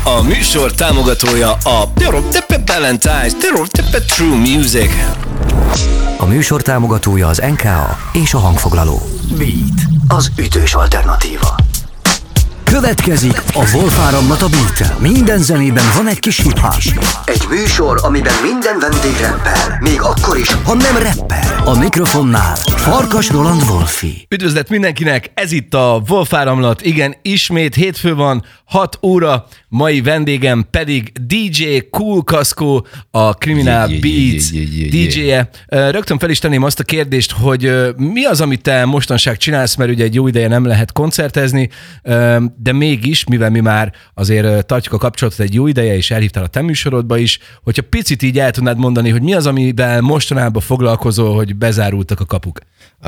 A műsor támogatója a Valentine's True Music. A műsor támogatója az NKA és a hangfoglaló. Beat, az ütős alternatíva. Következik a Wolf Áramlat a Beat. Minden zenében van egy kis hip-hop. Egy műsor, amiben minden vendég rappel, még akkor is, ha nem rappel. A mikrofonnál Farkas Roland Wolfi. Üdvözlet mindenkinek, ez itt a Wolf Áramlat. Igen, ismét hétfő van, 6 óra, mai vendégem pedig DJ Cool Casco, a Criminal Beats DJ-je. Rögtön fel is tenném azt a kérdést, hogy mi az, amit te mostanság csinálsz, mert ugye egy jó ideje nem lehet koncertezni, de mégis, mivel mi már azért tartjuk a kapcsolatot egy jó ideje, és elhívtál a te műsorodba is, hogyha picit így el tudnád mondani, hogy mi az, amivel mostanában foglalkozol, hogy bezárultak a kapuk?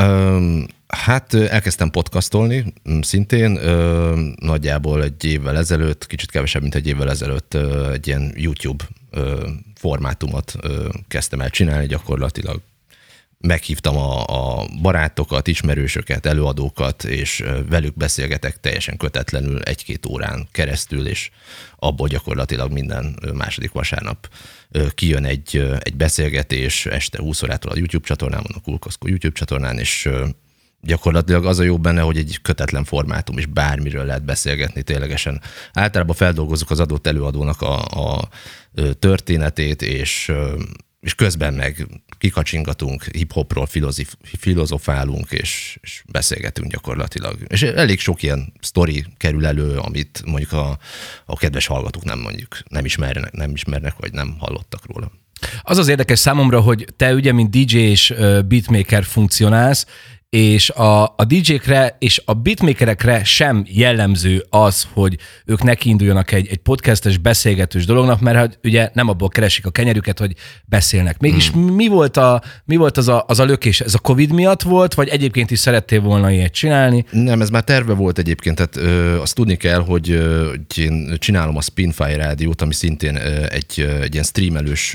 Hát elkezdtem podcastolni szintén, nagyjából egy évvel ezelőtt, kicsit kevesebb, mint egy évvel ezelőtt egy ilyen YouTube formátumot kezdtem el csinálni gyakorlatilag. Meghívtam a barátokat, ismerősöket, előadókat, és velük beszélgetek teljesen kötetlenül 1-2 órán keresztül, és abból gyakorlatilag minden második vasárnap kijön egy beszélgetés este 20 órától a YouTube csatornámon, a Cool Casco YouTube csatornán, és gyakorlatilag az a jó benne, hogy egy kötetlen formátum, és bármiről lehet beszélgetni ténylegesen. Általában feldolgozzuk az adott előadónak a történetét, és közben meg kikacsingatunk, hip-hopról filozofálunk, és beszélgetünk gyakorlatilag. És elég sok ilyen sztori kerül elő, amit mondjuk a kedves hallgatók nem ismernek, vagy nem hallottak róla. Az érdekes számomra, hogy te ugye, mint DJ és beatmaker funkcionálsz, és a DJ-kre és a beatmakerekre sem jellemző az, hogy ők nekiinduljanak egy podcastes, beszélgetős dolognak, mert ugye nem abból keresik a kenyerüket, hogy beszélnek. Mégis mi volt az a lökés? Ez a Covid miatt volt, vagy egyébként is szerettél volna ilyet csinálni? Nem, ez már terve volt egyébként, tehát azt tudni kell, hogy én csinálom a Spinfire rádiót, ami szintén egy ilyen streamelős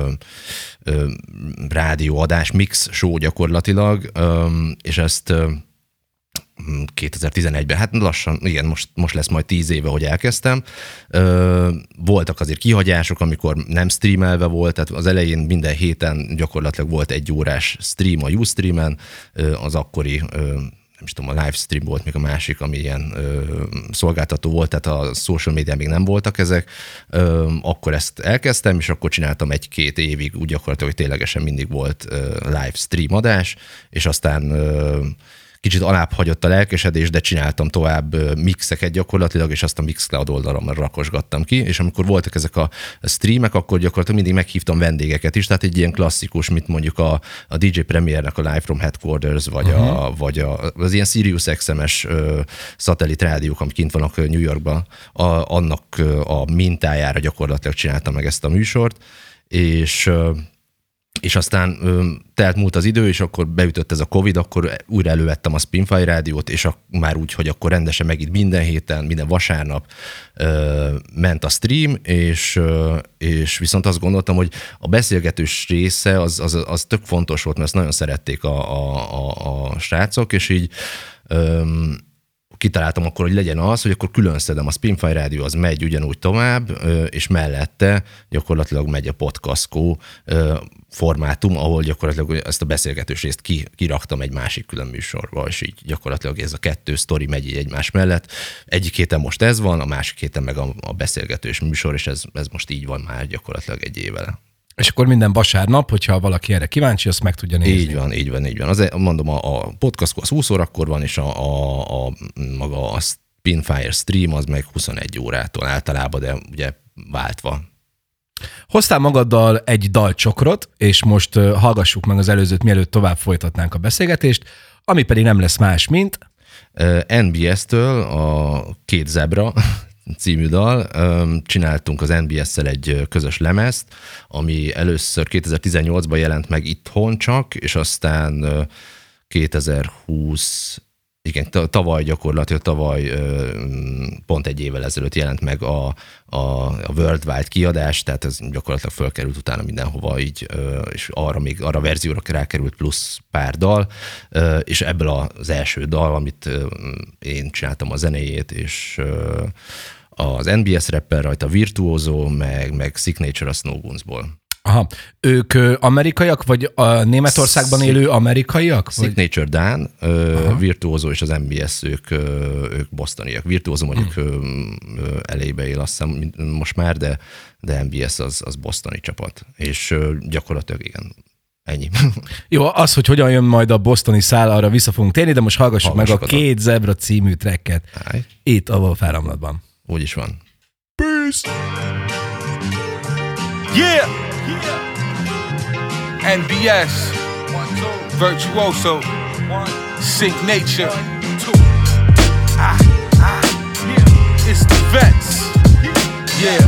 rádióadás, mix show gyakorlatilag, és ezt 2011-ben, hát lassan, igen, most lesz majd 10 éve, hogy elkezdtem. Voltak azért kihagyások, amikor nem streamelve volt, tehát az elején minden héten gyakorlatilag volt 1 órás stream a Ustreamen, az akkori nem is tudom, a livestream volt még a másik, ami ilyen szolgáltató volt, tehát a social media még nem voltak ezek. Akkor ezt elkezdtem, és akkor csináltam 1-2 évig, úgy gyakorlatilag, hogy ténylegesen mindig volt livestream adás, és aztán kicsit alább hagyott a lelkesedés, de csináltam tovább mixeket gyakorlatilag, és azt a Mixcloud oldalon rakosgattam ki, és amikor voltak ezek a streamek, akkor gyakorlatilag mindig meghívtam vendégeket is, tehát egy ilyen klasszikus, mint mondjuk a DJ Premiernek a Live from Headquarters, vagy az ilyen Sirius XM-es szatellit rádiók, amik kint vannak New Yorkban, annak a mintájára gyakorlatilag csináltam meg ezt a műsort, és aztán telt múlt az idő, és akkor beütött ez a Covid, akkor újra elővettem a Spinfire rádiót, és már úgy, hogy akkor rendesen megint minden héten, minden vasárnap ment a stream, és viszont azt gondoltam, hogy a beszélgetős része az tök fontos volt, mert ezt nagyon szerették a srácok, és így kitaláltam akkor, hogy legyen az, hogy akkor külön szedem a Spinfire rádió, az megy ugyanúgy tovább, és mellette gyakorlatilag megy a Podcastco formátum, ahol gyakorlatilag ezt a beszélgetős részt kiraktam egy másik külön műsorba, és így gyakorlatilag ez a 2 sztori megy így egymás mellett. Egyik héten most ez van, a másik héten meg a beszélgetős műsor, és ez most így van már gyakorlatilag 1 éve. És akkor minden vasárnap, hogyha valaki erre kíváncsi, azt meg tudja nézni. Így van. Azért mondom, a podcast az 20 órakor van, és maga a Spinfire stream az meg 21 órától általában, de ugye váltva. Hoztál magaddal egy dalcsokrot, és most hallgassuk meg az előzőt, mielőtt tovább folytatnánk a beszélgetést, ami pedig nem lesz más, mint... NBS-től a 2 zebra című dal. Csináltunk az NBS-szel egy közös lemezt, ami először 2018-ban jelent meg itthon csak, és aztán 2020 Igen, tavaly pont 1 évvel ezelőtt jelent meg a Worldwide kiadás, tehát ez gyakorlatilag fölkerült utána mindenhova így, és arra verzióra rákerült plusz pár dal, és ebből az első dal, amit én csináltam a zenéjét, és az NBS rapper rajta, Virtuoso, meg Signature a Snowgoonsból. Aha. Ők amerikaiak, vagy a Németországban élő amerikaiak? Signature Dán, Virtuoso és az NBS, ők bostoniak. Virtuoso mondjuk LA-be él, azt hiszem most már, de NBS az bostoni csapat. És gyakorlatilag igen, ennyi. Jó, az, hogy hogyan jön majd a bostoni szál, arra vissza fogunk térni, de most hallgassuk meg a Két zebra című tracket. Itt a Wolf Áramlatban. Úgy is van. Peace! Yeah! NBS, Virtuoso, Signature, it's the vets, yeah,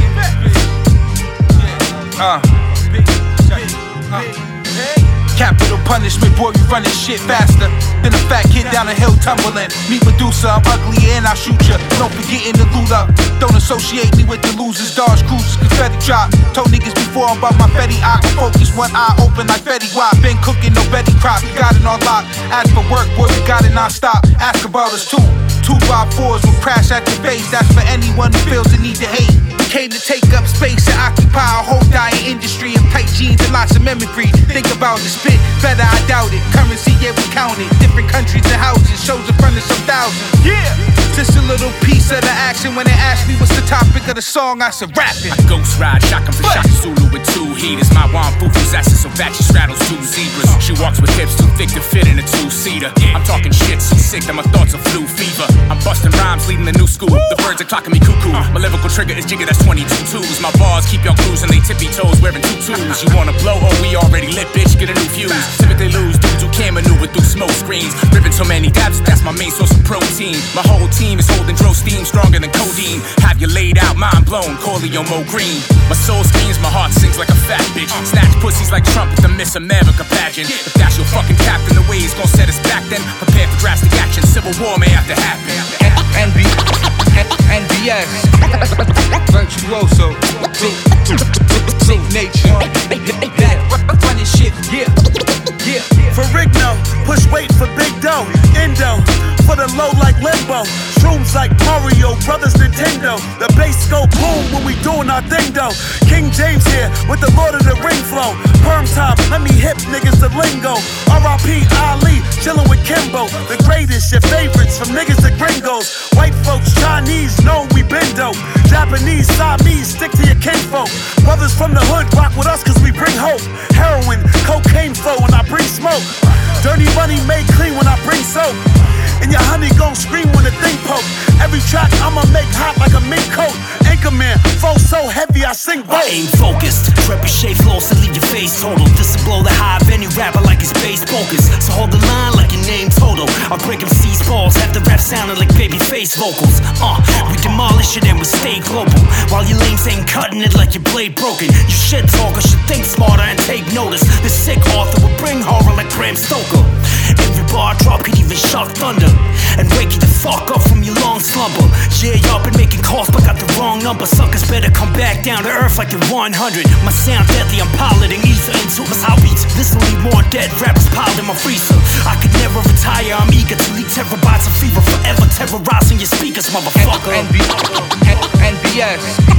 capital punishment, boy, we running shit faster than a fat kid down a hill tumbling. Meet Medusa, I'm ugly and I'll shoot ya. Don't forgetting to loot up. Don't associate me with the losers. Dodge cruisers, confetti drop. Told niggas before about my Fetty. I can focus, one eye open like Fetty Wap. Been cooking, no Betty crop. We got it on lock. Ask for work, boy, we got it non-stop. Ask about us too. 2x4s will crash at your face. That's for anyone who feels the need to hate. Came to take up space and occupy a whole dying industry of tight jeans and lots of mimicry. Think about the spit, better I doubt it. Currency, yeah, we count it. Different countries and houses, shows in front of some thousands. Yeah! Just a little piece of the action. When they asked me what's the topic of the song, I said rapping. I ghost ride, shotgun for Shaka Zulu with 2 heaters. My wine fufu's asses so fat she straddles 2 zebras. She walks with hips too thick to fit in a 2-seater. I'm talking shit so sick that my thoughts are flu fever. I'm busting rhymes, leading the new school. The birds are clocking me cuckoo. My lyrical trigger is jigger, that's 22 twos. My bars keep y'all cruising, they tippy toes wearing tutus. You wanna blow? Oh, we already lit, bitch, get a new fuse. Typically lose dudes who can't maneuver through smoke screens. Ripping so many dabs, that's my main source of protein. My whole team is holding dro steam stronger than codeine. Have you laid out, mind blown, Corleone Mo Green. My soul screams, my heart sings like a fat bitch. Snatch pussies like Trump at the Miss America pageant. If that's your fucking captain, the way he's gonna set us back, then prepare for drastic action. Civil war may have to happen. NBS, Virtuoso, Signature, running shit, yeah. For Rigno, push weight for Big Dough, Indo, for the low like Limbo, shrooms like Mario, Brothers Nintendo, the bass go boom when we doing our thing though. King James here with the Lord of the Ring flow, perm time, let me hip niggas the lingo, R.I.P. Ali, chillin' with Kimbo, the greatest, your favorites, from niggas to gringos, white folks, Chinese, know we been dope, Japanese, Siamese, stick to your kinfolk, brothers from the hood rock with us cause we bring hope, heroin, cocaine flow when I bring smoke, dirty money made clean when I bring soap, and your honey gon' scream when the thing poke, every track I'ma make hot like a mink coat, Anchorman, flow so heavy I sing both. I aim focused, ricochet flows to leave your face total, this will blow the high of any rapper like his bass focus, so hold the line like your name Toto, I'll break MC's balls, have the rap sounding like babyface vocals, we demolish it and we stay global, while you lames ain't cutting it like your blade broken, you shit talkers should think smarter and take notice, this sick author will bring horror like Bram Stoker, every bar drop could even shock thunder, and wake you the fuck up from your long slumber, yeah y'all been making calls but got the wrong number, suckers better come back down to earth like you're 100, my sound deadly, I'm piloting ether into his heartbeats, this will leave more dead rappers piled in my freezer, I could never retire, I'm eager to leave terabytes of fever, forever terrorizing your speakers, motherfucker. NBS,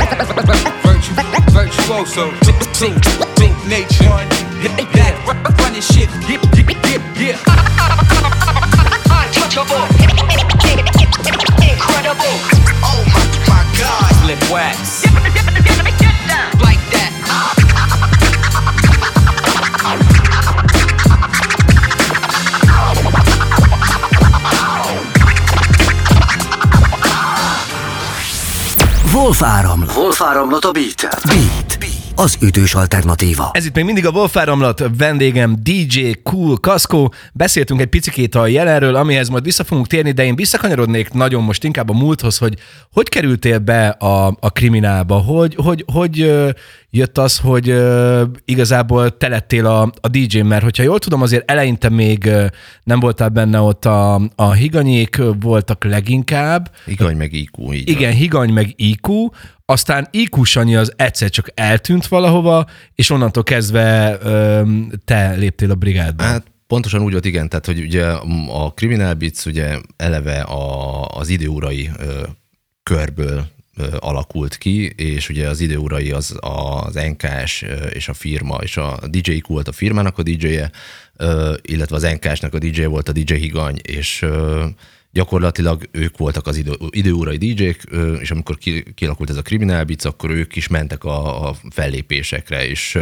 Virtuoso, Signature, running shit, yeah. Untouchable, incredible, oh my God, Flip wax. like that. Wolf Áramlat. Wolf Áramlat a Beat. Beat. Az ütős alternatíva. Ez itt még mindig a Wolf Áramlat, vendégem DJ Cool Casco. Beszéltünk egy picikét a jelenről, amihez majd vissza fogunk térni, de én visszakanyarodnék nagyon most inkább a múlthoz, hogy kerültél be a kriminálba? Hogy jött az, hogy igazából te lettél a DJ, mert hogyha jól tudom, azért eleinte még nem voltál benne ott a higanyék voltak leginkább. Higany meg IQ, így igen, van. higany meg IQ, aztán IQ Sanyi az egyszer csak eltűnt valahova, és onnantól kezdve te léptél a brigádba. Hát pontosan úgy volt, igen, tehát hogy ugye a Criminal Beats ugye eleve az időurai körből alakult ki, és ugye az Időurai az NKS és a firma, és a DJ IQ volt a firmának a DJ-je, illetve az NKS-nek a DJ volt a DJ Higany, és gyakorlatilag ők voltak az időurai DJ-k, és amikor kialakult ez a Criminal Beats, akkor ők is mentek a fellépésekre, és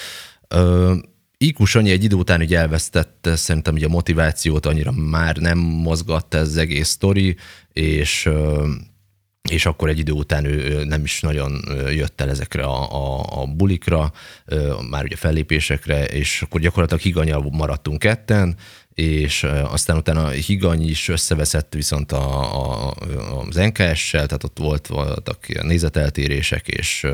IQ Sanyi egy idő után így elvesztette szerintem ugye a motivációt, annyira már nem mozgatta ez az egész sztori, és akkor egy idő után ő nem is nagyon jött el ezekre a bulikra, már ugye fellépésekre, és akkor gyakorlatilag Higanyal maradtunk ketten, és aztán utána Higany is összeveszett viszont az NKS-sel, tehát ott voltak nézeteltérések,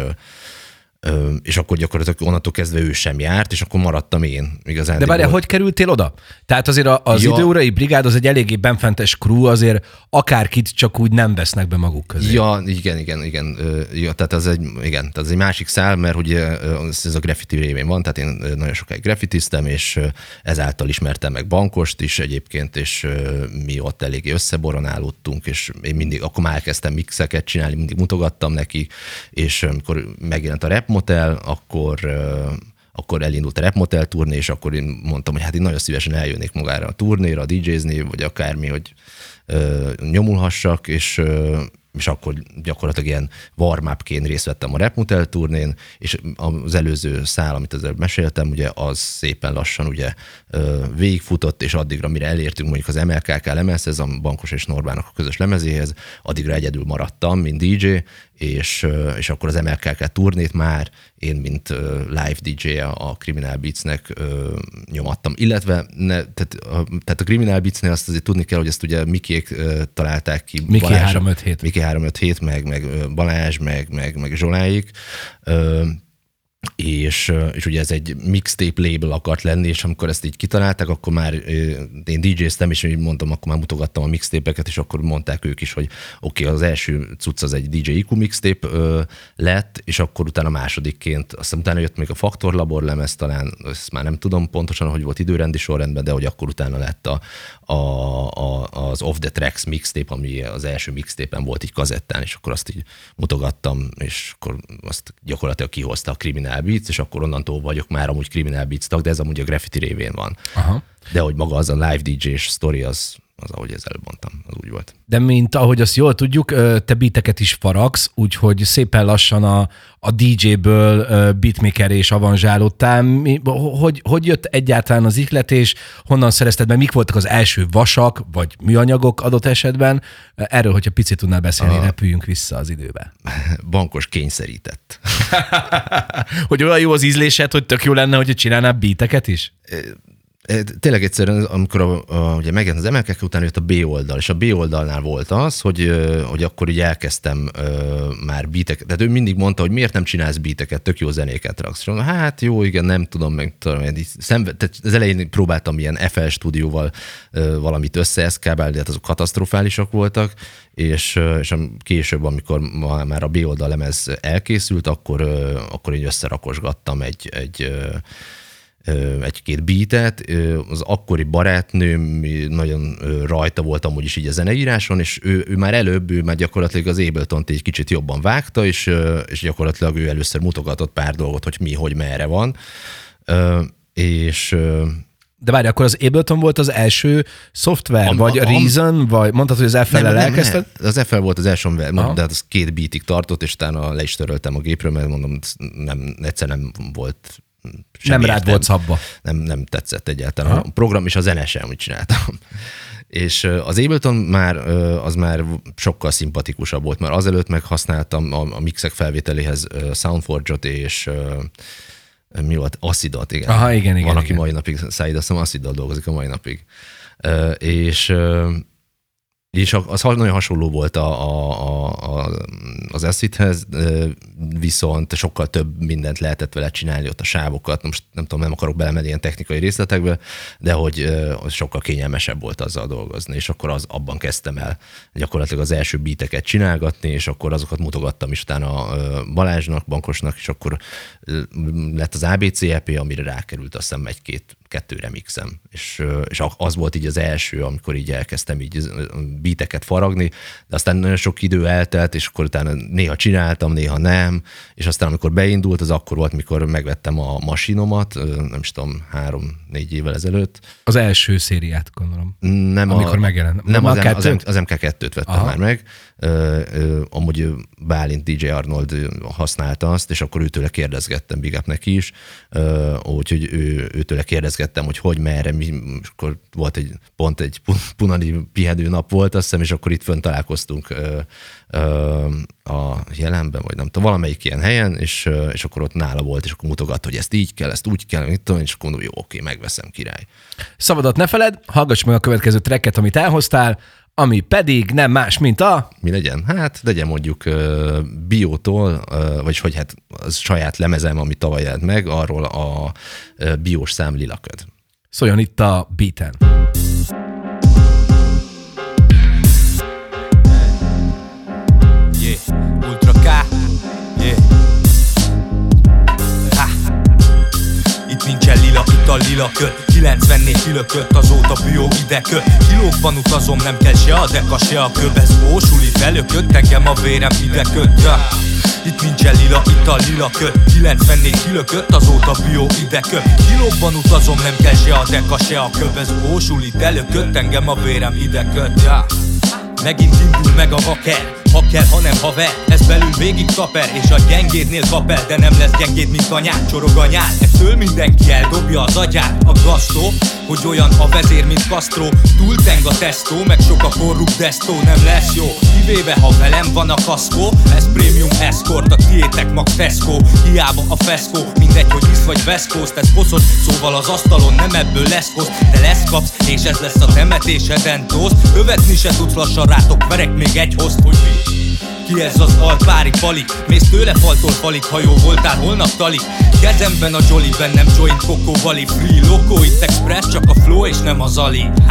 és akkor gyakorlatilag onnantól kezdve ő sem járt, és akkor maradtam én igazán. De várjál, hogy kerültél oda? Tehát azért az Időurai Brigád az egy eléggé benfentes crew, azért akárkit csak úgy nem vesznek be maguk közé. Ja, igen. Ja, tehát tehát az egy másik szál, mert ugye ez a graffiti révén van, tehát én nagyon sokáig graffitiztem, és ezáltal ismertem meg Bankost is egyébként, és mi ott eléggé összeboronálódtunk, és én mindig, akkor már elkezdtem mixeket csinálni, mindig mutogattam neki, és amikor megjelent a Rap Motel, akkor elindult a Rap Motel turné, és akkor én mondtam, hogy hát én nagyon szívesen eljönnék magára a turnéra, DJ-zni, vagy akármi, hogy nyomulhassak, és akkor gyakorlatilag ilyen warm-upként részt vettem a Rap Motel turnén, és az előző szál, amit ezzel meséltem, ugye az szépen lassan ugye végigfutott, és addigra, mire elértünk mondjuk az MLKK lemezhez, a Bankos és Norbának a közös lemezéhez, addigra egyedül maradtam, mint DJ, és akkor az MLKK turnét már én, mint live DJ a Criminal Beatsnek nyomattam. Illetve tehát a Criminal Beatsnél azt azért tudni kell, hogy ezt ugye Mikiék találták ki. Miki 357. Miki 357, meg Balázs, meg Zsoláik. És ugye ez egy mixtape label akart lenni, és amikor ezt így kitalálták, akkor már én DJ-ztem, és így mondtam, akkor már mutogattam a mixtape-eket, és akkor mondták ők is, hogy oké, az első cucc az egy DJ IQ mixtape lett, és akkor utána másodikként, aztán utána jött még a Faktor Labor lemez, talán ezt már nem tudom pontosan, hogy volt időrendi sorrendben, de hogy akkor utána lett az Off the Tracks mixtape, ami az első mixtape-en volt így kazettán, és akkor azt így mutogattam, és akkor azt gyakorlatilag kihozta a Criminal Beats, és akkor onnantól vagyok már amúgy Criminal Beats tag, de ez amúgy a graffiti révén van. Aha. De hogy maga az a live DJ-s sztori, az ahogy előbb mondtam, az úgy volt. De mint ahogy azt jól tudjuk, te beateket is faragsz, úgyhogy szépen lassan a DJ-ből beatmaker és avanzsálódtál. Hogy jött egyáltalán az ihlet, és honnan szerezted meg, mik voltak az első vasak, vagy műanyagok adott esetben? Erről, hogyha picit tudnál beszélni, repüljünk vissza az időbe. Bankos kényszerített. Hogy olyan jó az ízlésed, hogy tök jó lenne, hogy csinálnál beateket is? Tényleg egyszerűen, amikor ugye megjelent az MLK, után jött a B oldal, és a B oldalnál volt az, hogy akkor így elkezdtem már beateket. Tehát ő mindig mondta, hogy miért nem csinálsz beateket, tök jó zenéket raksz. És hát jó, igen, nem tudom, tehát az elején próbáltam ilyen FL stúdióval valamit összeeszkábálni, de hát azok katasztrofálisak voltak, és később, amikor már a B oldal lemez elkészült, akkor így összerakosgattam egy-két beatet. Az akkori barátnőm nagyon rajta volt amúgy is így a zeneíráson, és ő már gyakorlatilag az Abletont egy kicsit jobban vágta, és gyakorlatilag ő először mutogatott pár dolgot, hogy hogy merre van. De várj, akkor az Ableton volt az első szoftver, vagy Reason, vagy mondtad, hogy az FL-lel elkezdted? Az FL volt az első, de hát az 2 beatig tartott, és utána le is töröltem a gépről, mert mondom, egyszer nem volt nem rád volt szabba. Nem tetszett egyáltalán. Aha. A program és a zene sem, amit csináltam. És az Ableton az már sokkal szimpatikusabb volt, mert azelőtt meg használtam a mixek felvételéhez Soundforge-ot és mi volt? Acidot, igen. Aha, igen. Van, aki mai napig, Száid, azt hiszem Aciddal dolgozik a mai napig. És az nagyon hasonló volt az Acid-hez, viszont sokkal több mindent lehetett vele csinálni, ott a sávokat. Most nem akarok belemenni ilyen technikai részletekbe, de hogy sokkal kényelmesebb volt azzal dolgozni, és akkor abban kezdtem el gyakorlatilag az első beateket csinálgatni, és akkor azokat mutogattam is utána a Balázsnak, Bankosnak, és akkor lett az ABC EP, amire rákerült azt hiszem 1-2 remixem, és az volt így az első, amikor így elkezdtem így beateket faragni, de aztán nagyon sok idő eltelt, és akkor utána néha csináltam, néha nem, és aztán amikor beindult, az akkor volt, mikor megvettem a masinomat, nem is tudom, 3-4 évvel ezelőtt. Az első szériát, gondolom. Nem amikor megjelent. Nem, az MK2-t vettem már meg. Amúgy Bálint DJ Arnold használta azt, és akkor őtőle kérdezgettem, big up neki is, úgyhogy őtőle kérdezgettem, hogy merre, és akkor volt pont egy punani pihenő nap volt, azt hiszem, és akkor itt fönn találkoztunk a Jelenben, vagy nem tudom, valamelyik ilyen helyen, és akkor ott nála volt, és akkor mutogatta, hogy ezt így kell, ezt úgy kell, mit tudom, és akkor mondom, jó, oké, megveszem, király. Szabadat ne feled, hallgass meg a következő tracket, amit elhoztál, ami pedig nem más, mint a... Mi legyen? Hát legyen mondjuk Biótól, vagy hogy hát az saját lemezem, ami tavaly jelent meg, arról a biós szám Lilaköd. Szóljon itt a beaten. Yeah, Ultra K, yeah. Ha. Itt nincsen lila, itt a lila köd. 94 kilökött, azóta bió ide köt. Kilókban utazom, nem kell se a deka, se a köb. Ez bósuli felökött, engem a vérem ide köt. Ja. Itt nincsen lila, itt a lila köd. 94 kilökött, azóta bió ide köt. Kilókban utazom, nem kell se a deka, se a köb. Ez bósuli felökött, engem a vérem ide köt. Ja. Megint indul meg a vaker, hacker, hanem haver. Ez belül végig taper, és a gyengédnél kap el. De nem lesz gyengéd, mint anyád, csorog a nyál. Ettől mindenki eldobja az agyát. A gasztó, hogy olyan a vezér, mint Castro. Túlteng a tesztó, meg sok a korrupt desztó. Nem lesz jó, kivéve ha velem van a kaszkó. Ez prémium escort, a tiétek max Tesco. Hiába a feszkó, mindegy, hogy isz vagy veszkózt. Ez koszos, szóval az asztalon nem ebből lesz kosz. De lesz kapsz, és ez lesz a temetéseden tószt. Követni se tudsz, lassan rátok verek még egy hozt, hogy mi? Ki ez az alpári pali? Mész tőle faltól falig, ha jó voltál, holnap tali. Kezemben a Jolly, bennem joint, Coco Valley. Free loco, itt express, csak a flow és nem az Ali. Ha!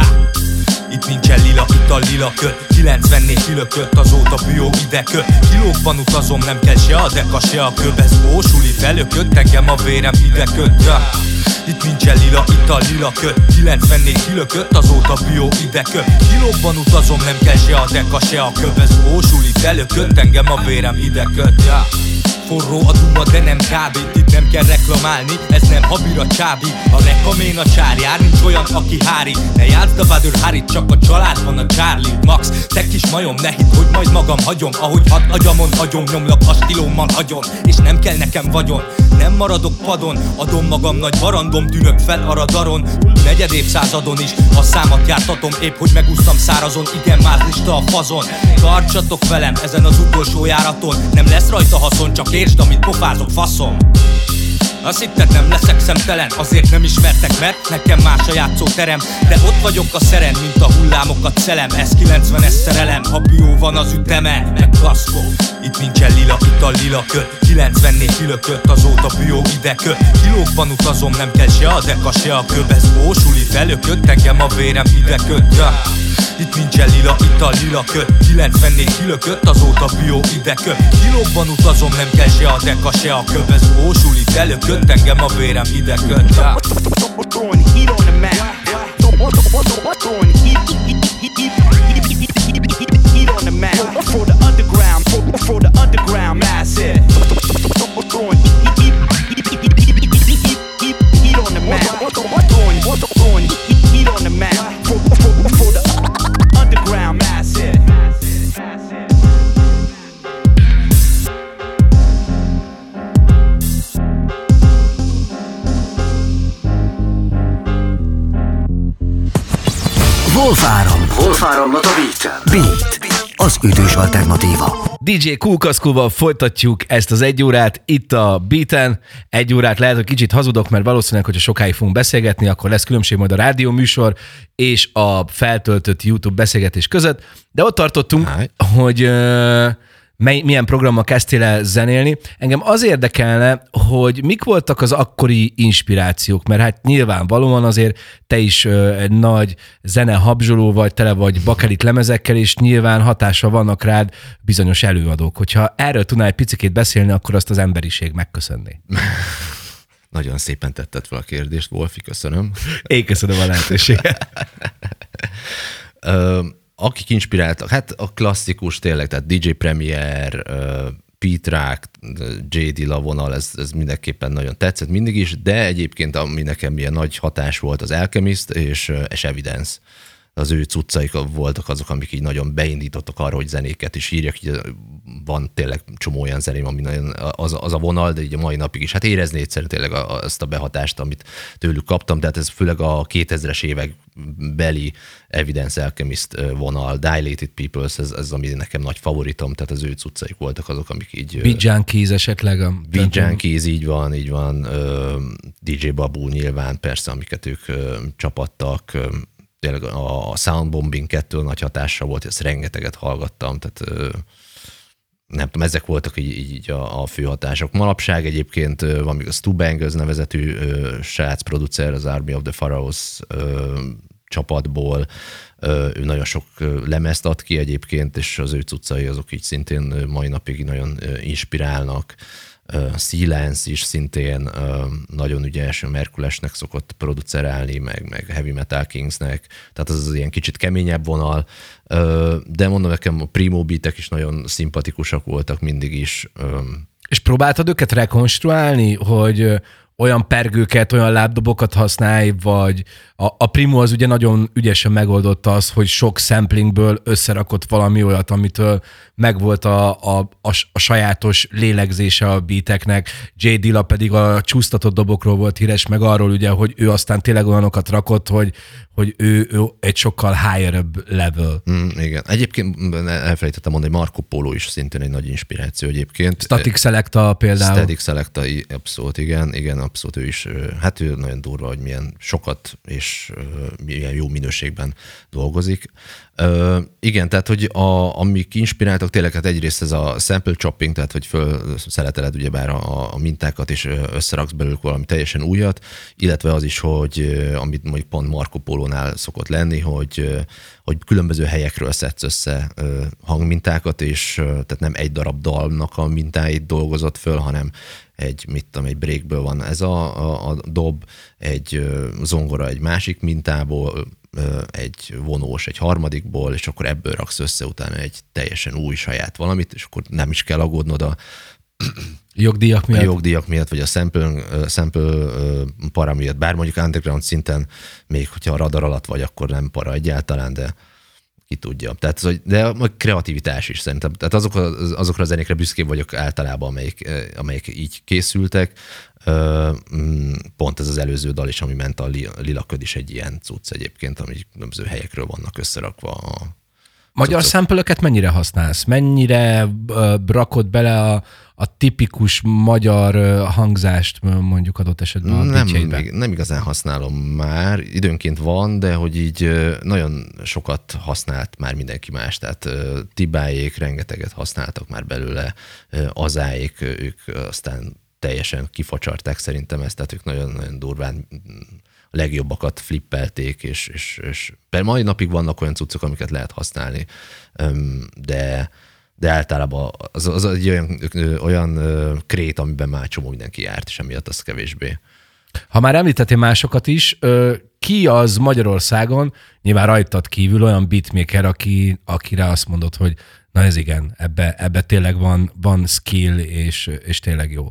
Itt nincsen lila, itt a lila köd. 94 kilökött, azóta bió ide köt. Kilókban utazom, nem kell se a deka, se a köb. Ez bósuli felökött, engem a vérem ide köt. Ja. Itt nincsen lila, itt a lila köd. 94 kilökött, azóta bió ide köt. Kilókban utazom, nem kell se a deka, se a köb. Ez bósuli felökött, engem a vérem ide köt. Ja. Forró a duma, de nem kábít. Itt nem kell reklamálni, ez nem habira csábi. A rekamén a csárjár, nincs olyan, aki hári. Ne játszd a Badur Harit, csak a család van a Charlie Max. Te kis majom, ne hidd, hogy majd magam hagyom. Ahogy hat agyamon hagyom, nyomlak a stilómmal hagyom. És nem kell nekem vagyon, nem maradok padon. Adom magam nagy barandom, tűnök fel a radaron. Negyed évszázadon is a számat jártatom. Épp hogy megúsztam szárazon, igen, mázlista a fazon. Tartsatok velem ezen az utolsó járaton. Nem lesz rajta haszon, csak értsd, amit pofázok, faszom. Azt hitted, nem leszek szemtelen, azért nem ismertek, mert nekem más a játszóterem. De ott vagyok a szeren, mint a hullámokat szelem. S90-es szerelem, ha bió van az üteme, meg kaszkó. Itt nincsen lila, itt a lila köd. 94 kilökött, azóta bió ide köt. Kilókban utazom, nem kell se a deka, se a köb. Ez bósuli felökött, engem a vérem ide köt. Ja. Itt nincsen lila, itt a lila köd. 94 kilökött, azóta bió ide köt. Kilókban utazom, nem kell se a deka, se a köb. Ez bósuli felökött, engem a vérem ide köt. Ja. Throwing heat on the map. Throwing heat on the map. For the underground, for the underground massive. Throwing heat on the map. Throwing heat on the map. For the underground massive. Wolfáramlat a Beat, az ütős alternatíva. DJ Cool folytatjuk ezt az egy órát itt a Beaten. Egy órát lehet, hogy kicsit hazudok, mert valószínűleg, hogyha sokáig fogunk beszélgetni, akkor lesz különbség majd a rádió műsor és a feltöltött YouTube beszélgetés között. De ott tartottunk, hogy milyen programmal kezdtél el zenélni. Engem az érdekelne, hogy mik voltak az akkori inspirációk, mert hát nyilvánvalóan azért te is egy nagy zenehabzsoló vagy, tele vagy bakelit lemezekkel, és nyilván hatással vannak rád bizonyos előadók. Hogyha erről tudnál egy picikét beszélni, akkor azt az emberiség megköszönné. Nagyon szépen tetted fel a kérdést, Wolfi, köszönöm. Én köszönöm a lehetőséget. akik inspiráltak, hát a klasszikus tényleg, tehát DJ Premier, Pete Rock, J. Dilla vonal, ez mindenképpen nagyon tetszett mindig is, de egyébként ami nekem ilyen nagy hatás volt az Alchemist és Evidence. Az ő cuccaik voltak azok, amik így nagyon beindítottak arra, hogy zenéket is írjak. Így van tényleg csomó olyan zeném, ami nagyon az a vonal, de így a mai napig is. Hát érezni egyszerűen tényleg azt a behatást, amit tőlük kaptam, tehát ez főleg a 2000-es évek beli Evidence Alchemist vonal, Dilated Peoples, ez ami nekem nagy favoritom, tehát az ő cuccaik voltak azok, amik így... Beat Junkies esetleg. Beat Junkies, így van. DJ Babu nyilván, persze, amiket ők csapattak. Tényleg a Soundbombing 2 nagy hatása volt, ezt rengeteget hallgattam, tehát nem tudom, ezek voltak így a fő hatások. Manapság egyébként van még a Stu Bangers nevezetű srác producer, az Army of the Pharaohs csapatból, ő nagyon sok lemezt ad ki egyébként, és az ő cuccai azok így szintén mai napig nagyon inspirálnak. Silence is szintén nagyon ügyes, Merkulesnek szokott producerálni, meg Heavy Metal Kingsnek, tehát az ilyen kicsit keményebb vonal, de mondom nekem a Primo Beatek is nagyon szimpatikusak voltak mindig is. És próbáltad őket rekonstruálni, hogy olyan pergőket, olyan lábdobokat használj, vagy a Primo az ugye nagyon ügyesen megoldotta azt, hogy sok samplingből összerakott valami olyat, amitől megvolt a sajátos lélegzése a beateknek. J. Dilla pedig a csúsztatott dobokról volt híres, meg arról ugye, hogy ő aztán tényleg olyanokat rakott, hogy ő egy sokkal higher-ebb level. Igen. Egyébként elfelejtettem mondani, hogy Marco Polo is szintén egy nagy inspiráció egyébként. Static Selecta például. Static Selecta, abszolút, igen, abszolút ő is. Hát ő nagyon durva, hogy milyen sokat és milyen jó minőségben dolgozik. Igen, tehát, hogy amik inspiráltak tényleg, hát egyrészt ez a sample chopping, tehát, hogy felszeleteled ugyebár a mintákat, és összeraksz belőlük valami teljesen újat, illetve az is, hogy amit mondjuk pont Marco Polónál szokott lenni, hogy különböző helyekről szedsz össze hangmintákat, és tehát nem egy darab dalnak a mintáit dolgozott föl, hanem egy breakből van ez a dob, egy zongora egy másik mintából, egy vonós egy harmadikból, és akkor ebből raksz össze utána egy teljesen új saját valamit, és akkor nem is kell aggódnod a jogdíjak miatt, vagy a sample para miatt. Bár mondjuk underground szinten, még hogyha a radar alatt vagy, akkor nem para egyáltalán, de ki tudja. Tehát, de a kreativitás is szerintem. Tehát azokra a zenékre büszkébb vagyok általában, amelyek így készültek. Pont ez az előző dal is, ami ment, a Lila Köd is egy ilyen cucc egyébként, ami különböző helyekről vannak összerakva. Magyar sample-öket mennyire használsz? Mennyire rakod bele a tipikus magyar hangzást mondjuk adott esetben a DJ-ben? Nem igazán használom már, időnként van, de hogy így nagyon sokat használt már mindenki más, tehát Tibáék rengeteget használtak már belőle, Azáék, ők aztán teljesen kifacsarták szerintem ezt, tehát ők nagyon-nagyon durván a legjobbakat flippelték, és mai napig vannak olyan cuccok, amiket lehet használni, de általában az egy olyan krét, amiben már csomó mindenki járt, és emiatt az kevésbé. Ha már említettél másokat is, ki az Magyarországon, nyilván rajtad kívül olyan beatmaker, akire azt mondod, hogy na ez igen, ebbe tényleg van skill, és tényleg jó.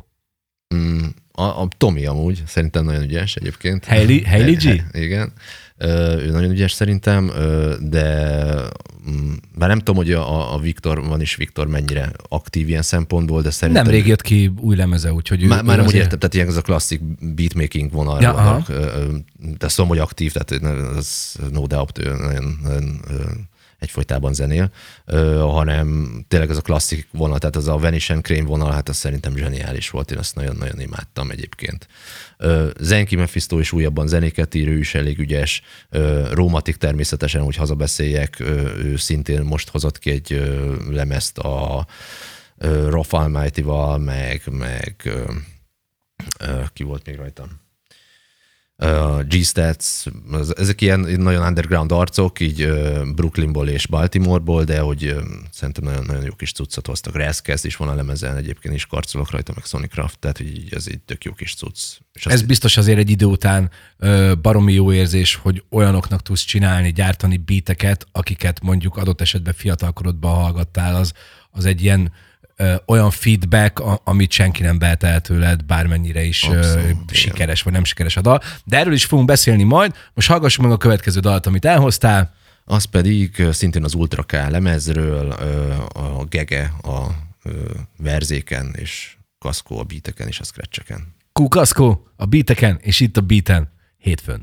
A Tomi amúgy, szerintem nagyon ügyes egyébként. Hailey G? Igen. Ő nagyon ügyes szerintem, de bár nem tudom, hogy a Viktor mennyire aktív ilyen szempontból, de szerintem... Nemrég jött ki új lemeze, úgyhogy Már nem úgy értem, tehát ilyen ez a klasszik beatmaking vonalra vannak. De azt tudom, hogy aktív, tehát az no doubt, ő nagyon egyfolytában zenél, hanem tényleg ez a klasszik vonal, tehát az a Vanish and Crane vonal, hát az szerintem zseniális volt, én azt nagyon-nagyon imádtam egyébként. Zenki Mephisto is újabban zenéket ír, ő is elég ügyes, Romatik természetesen, hogy hazabeszéljek, ő szintén most hozott ki egy lemezt a Rough Almighty-val, meg ki volt még rajtam? G-Stats, ezek ilyen nagyon underground arcok, így Brooklynból és Baltimoreból, de hogy szerintem nagyon, nagyon jó kis cuccot hoztak. Rascals is van a lemezen, egyébként is karcolok rajta, meg Sonic Craft, tehát így ez egy tök jó kis cucc. Ez biztos azért egy idő után baromi jó érzés, hogy olyanoknak tudsz csinálni, gyártani beateket, akiket mondjuk adott esetben fiatalkorodban hallgattál, az egy ilyen olyan feedback, amit senki nem vehet el tőled, bármennyire is abszolút, sikeres vagy nem sikeres a dal. De erről is fogunk beszélni majd. Most hallgassuk meg a következő dalt, amit elhoztál. Az pedig szintén az Ultra K lemezről, a Gege a verzéken, és Kaszkó a beateken és a scratcheken. Kaszkó a beateken, és itt a beaten hétfőn.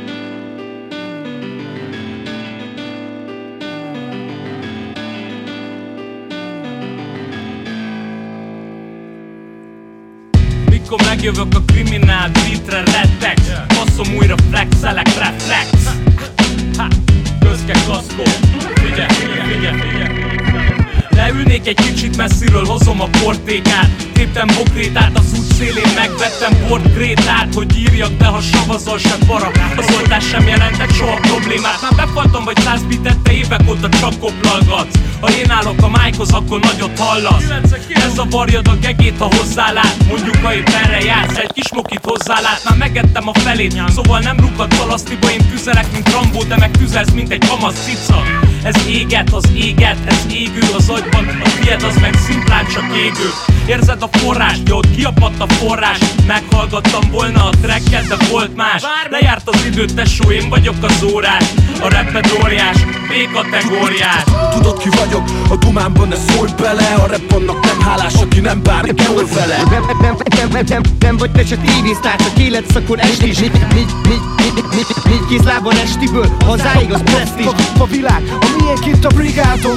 Mikor megjövök a kriminál beatre rettek, basszom újra flexelek, reflex. Közke Kaszkó, figyelj. Leülnék egy kicsit messziről, hozom a portékát. Téptem bokrétát, az út szélén megvettem portgrétát, hogy írjak, de ha savazol se para, az oltás sem jelentek soha problémát. Már befaltam vagy 100 bitet, te évek óta csak koplalgatsz. Ha én állok a májkhoz, akkor nagyot hallasz. Ez zavarjad a gegét, ha hozzálát. Mondjuk, ha épp erre jársz, egy kis mokit hozzálát. Már megettem a felét, szóval nem rúghat szalasztiba. Én tüzelek, mint Rambó, de meg tüzelsz, mint egy kamasz cica. Ez éget, az éget, ez égő az agyban. A tied az meg szimplán csak égő. Érzed a forrást, jó, ott kiapadt a forrás. Meghallgattam volna a tracket, de volt más. Lejárt az idő, tesó, én vagyok az órás. A rapped óriás, B-kategóriás. Tudod ki vagyok, a dumámban ne szólj bele. A rap annak nem hálás, aki nem bánik jól vele. Nem vagy te se tévésztár, csak életsz akkor estis. Négy kéz lábon estiből, hazáig az presztis. A világ, a miénk itt a brigádon.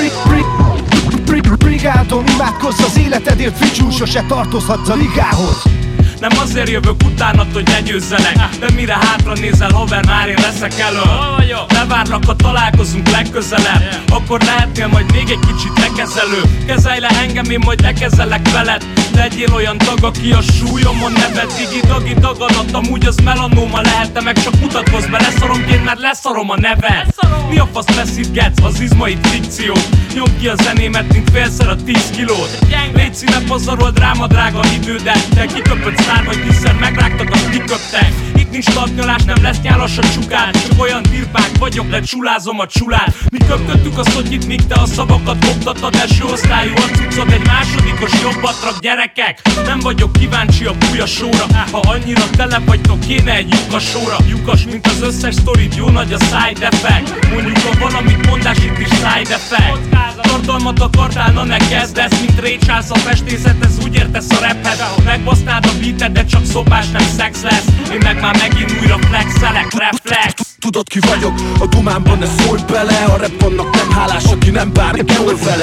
Brigádon, imádkozz az életedért, ficsú, sose tartozhatsz a ligához. Nem azért jövök utánat, hogy legyőzzelek, de mire hátra nézel, haver, már én leszek elő. Ne várlak, ha találkozunk legközelebb, akkor lehetnél majd még egy kicsit lekezelő. Kezelj le engem, én majd lekezelek veled. Legyél olyan tag, aki a súlyomon nevet. Digi-dagi daganat, amúgy az melanóma lehet, meg csak mutatkozz be, leszaromként, mert leszarom a nevet. Mi a fasz beszítgetsz, az izmaid fikció. Nyomd ki a zenémet, mint félszer a 10 kilót. Légy színe, pazarold rám a drága idődet. Te kiköpött szár vagy, hiszen megrágtak, azt kiköptek. Itt nincs tartnyalás, nem lesz nyálas a csukát. Csak olyan tirpák vagyok, lecsulázom a csulát. Mi köpködtük a szotyit, míg te a szavakat koptatod. Első osztályú a cuccod, egy másodikos jobbat rak, gyerekek. Nem vagyok kíváncsi a bujasóra. Ha annyira tele vagytok, kéne egy lyukasóra. Lyukas, mint az összes sztorid, jó nagy a side effect. Mondjuk, ha valamit mondás, itt is side effect. Tartalmat akartál, na ne kezd ezt, mint récsálsz a festészet, ez úgy értesz a raphez. Megbasznád a beatet, de csak szopás, nem szex lesz. Én meg már megint újra flexelek, reflex. Tudod ki vagyok, a dumámban ne szólj bele. A rap annak nem hálás, aki nem bánik jól vele.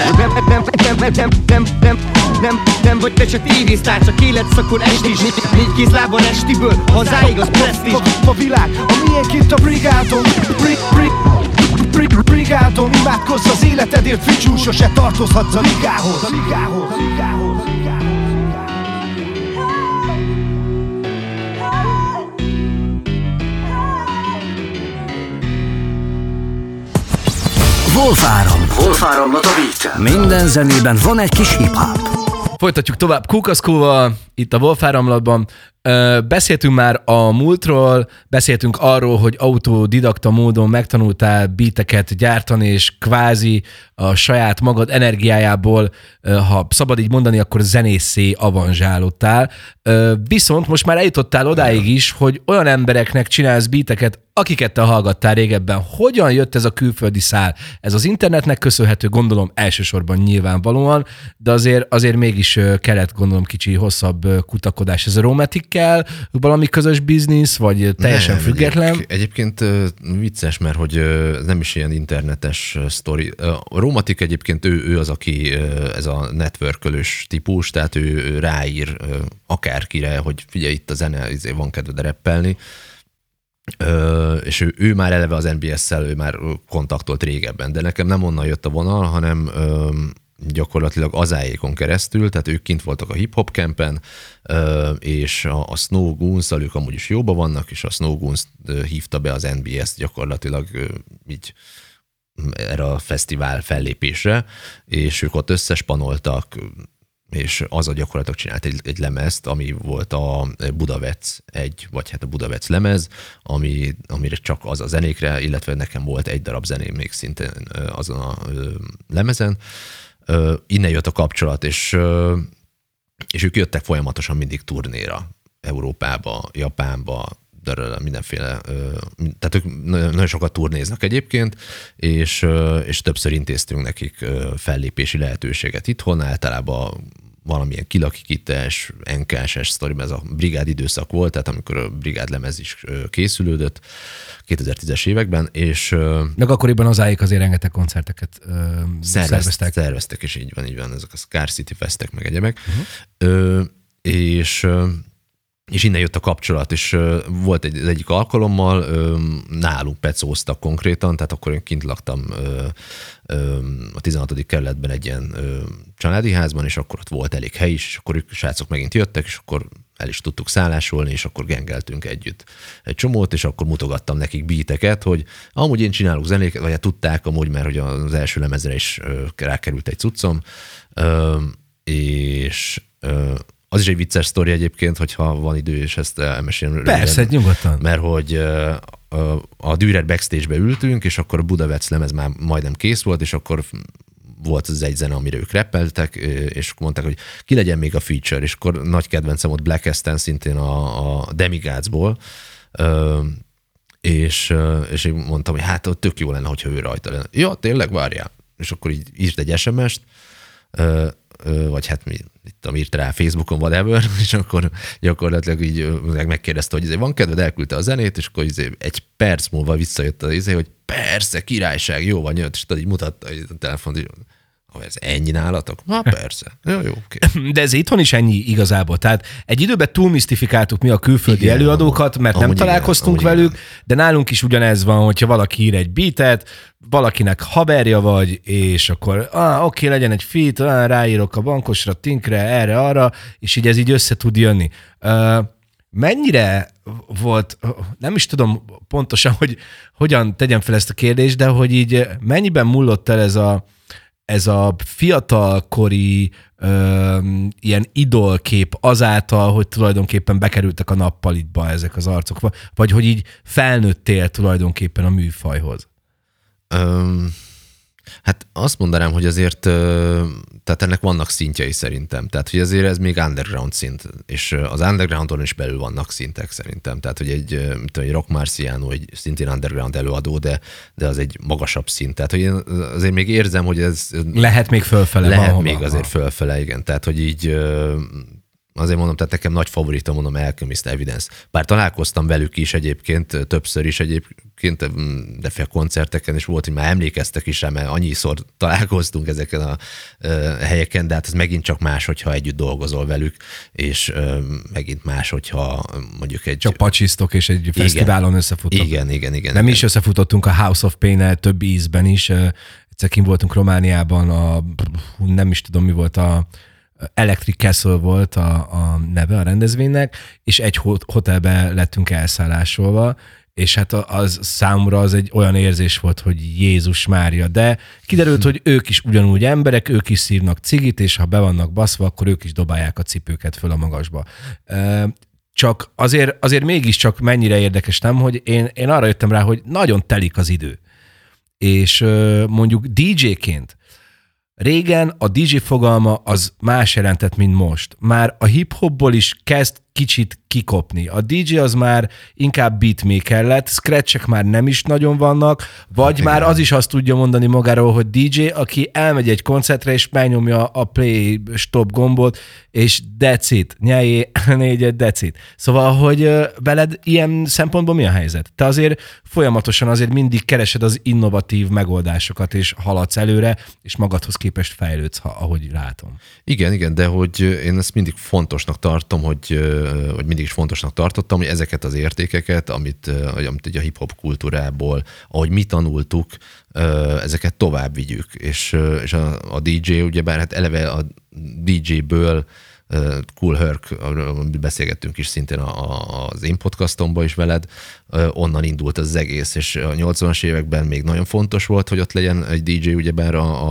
Nem vagy te se tévésztár, csak életsz akkor estis. Négy kéz lábon estiből, hazáig az presztis. A világ, a miénk itt a brigádon. Brigádon, imádkozz az életedért, ficsú, sose tartozhatsz a ligához. Wolfáramlat a beat. Minden zenében van egy kis hip-hop. Folytatjuk tovább Kaszkóval, itt a Wolfáramlatban. Beszéltünk már a múltról, beszéltünk arról, hogy autodidakta módon megtanultál beateket gyártani, és kvázi a saját magad energiájából, ha szabad így mondani, akkor zenészé avanzsálódtál. Viszont most már eljutottál odáig is, hogy olyan embereknek csinálsz beateket, akiket te hallgattál régebben. Hogyan jött ez a külföldi szál? Ez az internetnek köszönhető, gondolom elsősorban nyilvánvalóan, de azért mégis kellett, gondolom, kicsi hosszabb kutakodás. Ez a Romantic-kel valami közös biznisz, vagy teljesen nem, független? Egyébként vicces, mert hogy nem is ilyen internetes sztori. A Romantic egyébként ő az, aki ez a networkölős típus, tehát ő ráír akárkire, hogy figyelj, itt a zene, van kedved rappelni. És ő már eleve az NBS-szel, ő már kontaktolt régebben, de nekem nem onnan jött a vonal, hanem gyakorlatilag Azáékon keresztül, tehát ők kint voltak a hip-hop campen, és a Snow Goons-szal ők amúgy is jóban vannak, és a Snow Goons hívta be az NBS-t gyakorlatilag így erre a fesztivál fellépésre, és ők ott összespanoltak, és az a gyakorlatilag csinált egy lemezt, ami volt a Budavec vagy hát a Budavec lemez, amire csak az a zenékre, illetve nekem volt egy darab zeném még szintén azon a lemezen. Innen jött a kapcsolat, és ők jöttek folyamatosan mindig turnéra, Európába, Japánba, mindenféle, tehát ők nagyon sokat turnéznak egyébként, és többször intéztünk nekik fellépési lehetőséget itthon, általában valamilyen kilakikítás, NK-s sztori, ez a brigád időszak volt, tehát amikor a brigád lemez is készülődött 2010-es években, és... Meg akkoriban az Áék azért rengeteg koncerteket szerveztek. Szerveztek, és így van, ezek a Scar City Festek, meg egyebek. És innen jött a kapcsolat, és volt az egyik alkalommal, nálunk pecóztak konkrétan, tehát akkor én kint laktam a 16. kerületben egy ilyen családi házban, és akkor ott volt elég hely is, és akkor ők srácok megint jöttek, és akkor el is tudtuk szállásolni, és akkor gengeltünk együtt egy csomót, és akkor mutogattam nekik beateket, hogy amúgy én csinálok zenéket, vagy hát tudták amúgy, mert hogy az első lemezre is rákerült egy cuccom, és az is egy vicces sztori egyébként, hogyha van idő, és ezt elmesélem. Persze, nyugodtan. Mert hogy a Dürer backstage-be ültünk, és akkor a Budavec lemez már majdnem kész volt, és akkor volt az egy zene, amire ők rappeltek, és mondták, hogy ki legyen még a feature, és akkor nagy kedvencem ott Black Esten, szintén a Demigodsból, és én mondtam, hogy hát ott tök jó lenne, hogyha ő rajta lenne. Ja, tényleg, várjál. És akkor így írt egy SMS-t, vagy hát írt rá Facebookon, whatever, és akkor gyakorlatilag így megkérdezte, hogy van kedved, elküldte a zenét, és akkor egy perc múlva visszajött az hogy persze, királyság, jó van, jött, és tudod, így mutatta a telefont, hogy ez ennyi nálatok? Persze. Jó, okay. De ez itthon is ennyi igazából. Tehát egy időben túlmisztifikáltuk mi a külföldi előadókat, mert nem találkoztunk velük, de nálunk is ugyanez van, hogyha valaki ír egy beatet, valakinek haverja vagy, és akkor oké, legyen egy feat, ráírok a bankosra, tinkre, erre, arra, és így ez így össze tud jönni. Mennyire volt, nem is tudom pontosan, hogy hogyan tegyem fel ezt a kérdést, de hogy így mennyiben múlott el ez a fiatalkori ilyen idolkép azáltal, hogy tulajdonképpen bekerültek a nappalitba ezek az arcok, vagy hogy így felnőttél tulajdonképpen a műfajhoz? Hát azt mondanám, hogy azért, tehát ennek vannak szintjei szerintem. Tehát, hogy azért ez még underground szint, és az undergroundon is belül vannak szintek szerintem. Tehát, hogy egy Rock Marciano, egy szintén underground előadó, de az egy magasabb szint. Tehát, hogy én azért még érzem, hogy ez... Lehet még fölfele. Lehet még azért fölfele, igen. Tehát, hogy így... Azért mondom, tehát nekem nagy favoritom, mondom, Alchemist Evidence. Bár találkoztam velük is egyébként, többször is egyébként, de fél koncerteken, és volt, hogy már emlékeztek is rá, mert annyiszor találkoztunk ezeken a helyeken, de hát ez megint csak más, hogyha együtt dolgozol velük, és megint más, hogyha mondjuk egy... Csak pacsisztok, és egy fesztiválon összefutok. Igen. Nem is összefutottunk a House of Pain-el több ízben is. Egyszer kint voltunk Romániában, nem is tudom, mi volt a Electric Castle volt a neve a rendezvénynek, és egy hotelbe lettünk elszállásolva, és hát az számomra az egy olyan érzés volt, hogy Jézus Mária, de kiderült, hogy ők is ugyanúgy emberek, ők is szívnak cigit, és ha be vannak baszva, akkor ők is dobálják a cipőket föl a magasba. Csak azért mégiscsak mennyire érdekes, nem, hogy én arra jöttem rá, hogy nagyon telik az idő. És mondjuk DJ-ként régen a DJ fogalma az más jelentett, mint most. Már a hip-hopból is kezd kicsit kikopni. A DJ az már inkább beatmaker lett, scratchek már nem is nagyon vannak, vagy már az is azt tudja mondani magáról, hogy DJ, aki elmegy egy koncertre, és megnyomja a play stop gombot, és that's it, nyelj 4 decit. Szóval, hogy veled ilyen szempontból mi a helyzet? Te azért folyamatosan azért mindig keresed az innovatív megoldásokat, és haladsz előre, és magadhoz képest fejlődsz, ahogy látom. Igen, de hogy én ezt mindig fontosnak tartom, hogy vagy mindig is fontosnak tartottam, hogy ezeket az értékeket, amit a hip-hop kultúrából, ahogy mi tanultuk, ezeket tovább vigyük. És a DJ, ugyebár hát eleve a DJ-ből Kool Herc, beszélgettünk is szintén az én podcastomban is veled, onnan indult az egész, és a 80-as években még nagyon fontos volt, hogy ott legyen egy DJ, ugyebár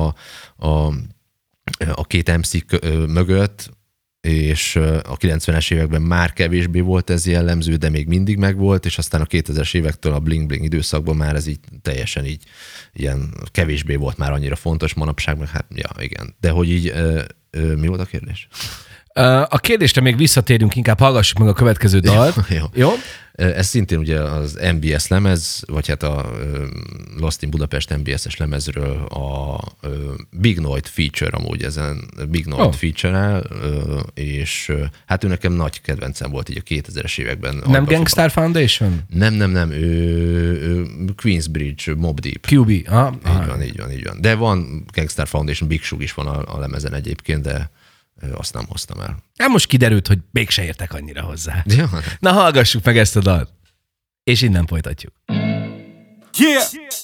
a két MC mögött, és a 90-es években már kevésbé volt ez jellemző, de még mindig megvolt, és aztán a 2000-es évektől a bling-bling időszakban már ez így teljesen így ilyen kevésbé volt már annyira fontos, manapság meg hát, ja, igen. De hogy így, mi volt a kérdés? A kérdésre még visszatérünk, inkább hallgassuk meg a következő dalt. Jó? Ez szintén ugye az MBS lemez, vagy hát a Lost in Budapest MBS-es lemezről a Big Noid feature, amúgy ezen Big Noid feature-el, és hát ő nekem nagy kedvencem volt így a 2000-es években. Nem Gangstar Foundation? Nem, ő Queensbridge, Mobb Deep. QB. Így van. De van Gangstar Foundation, Big Shug is van a lemezen egyébként, de azt nem hoztam el. Hát most kiderült, hogy mégse értek annyira hozzá. Ja. Na, hallgassuk meg ezt a dalt. És innen folytatjuk. Yeah!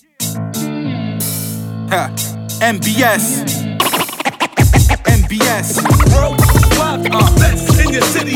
MBS! MBS! Best in your city!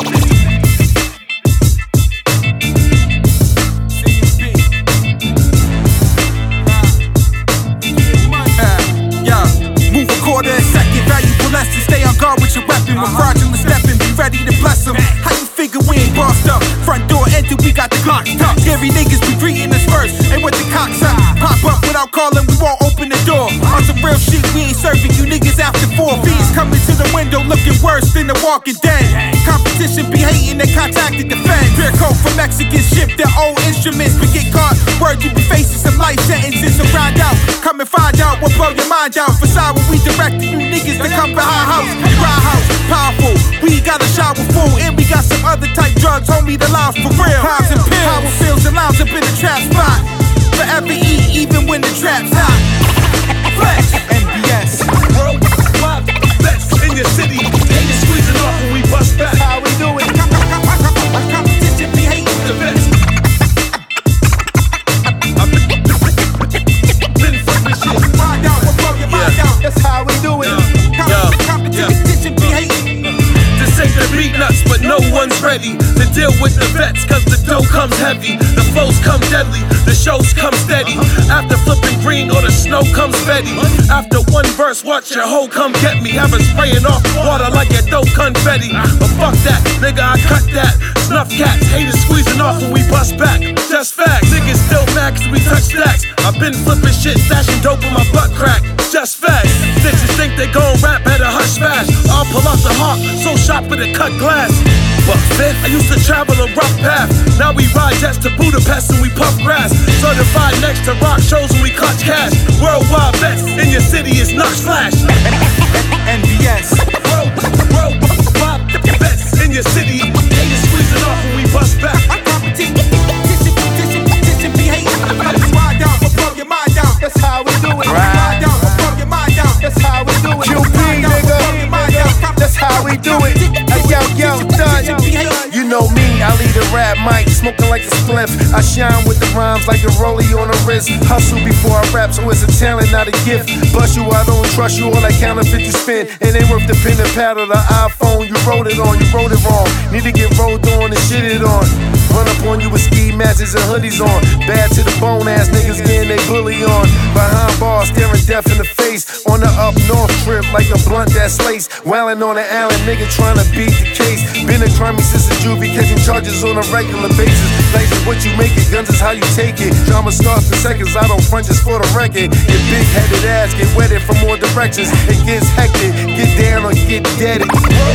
Move a quarter a second, valuable lesson. Stay on guard with your weapon. With fraudulent stepping, be ready to bless them. How you figure we ain't bossed up? Front door enter, we got the clock tucked. Scary niggas be greeting us first, and with the cocks up. Pop up without calling, we won't open the door. On some real shit, we ain't serving you niggas after 4 V's coming to the window looking worse than the Walking Dead. Competition be hating, they contacted the feds. Beer coat for Mexicans, ship their old instruments. We get caught, word you be facing some life sentences. So round out, come and find out what blow your mind out. Facade when we directing you niggas to come behind house. Dry house, powerful, we got a shower full. And we got some other type drugs, homie, the lounge for real. Pounds and pills, power feels and lounge up in the trap spot. Forever eat, even when the trap's hot. Flex, MBS. Worldwide, best in your city. Ain't it squeezing off when we bust back. How we do it? Competition be hating the best. Been flipping shit. Find out what blow your mind out. That's how we do it. Competition be hating. This ain't the beat nuts, but no one's ready to deal with the vets, cause the dough comes heavy, the foes come deadly, the shows come steady. After flipping green or the snow comes steady. After one verse, watch your hoe come get me. Have her spraying off water like your dough confetti. But fuck that, nigga, I cut that. Snuff cats, haters squeezing off when we bust back. Just facts, niggas still mad cause we touch stacks. I've been flipping shit, stashing dope in my butt crack. Just facts, bitches think they gon' rap, better hush fast. I'll pull out the hawk, so sharp with a cut glass. But fifth, I used to travel a rough path. Now we ride jets to Budapest and we puff grass. Certified next to rock shows and we clutch cash. Worldwide best in your city is Nux Flash. NBS. Worldwide best in your city. Haters squeezing off when we bust back. Competition be hating. Ride down, we'll blow your mind out. That's how we do it. Ride down, we'll blow your mind out. That's how we do it. QP, nigga. That's how we do it. Yo, done. You know me, I lead a rap mic, smoking like a spliff. I shine with the rhymes like a rollie on the wrist. Hustle before I rap, so it's a talent, not a gift. Bust you, I don't trust you, all that counterfeit you spin. It ain't worth the pen and pad or the iPhone. You wrote it on, you wrote it wrong. Need to get rolled on and shitted on. Run up on you with ski masks and hoodies on. Bad to the bone ass niggas getting they bully on. Behind bars, staring death in the face. On the up north trip like a blunt that's lace. Wailing on the island, nigga trying to beat the case. Been a crime since a juvie, catching charges on a regular basis. Life is what you make it, guns is how you take it. Drama starts in seconds, I don't front just for the record. Your big-headed ass get wetted from all directions. It gets hectic, get down or get deaded.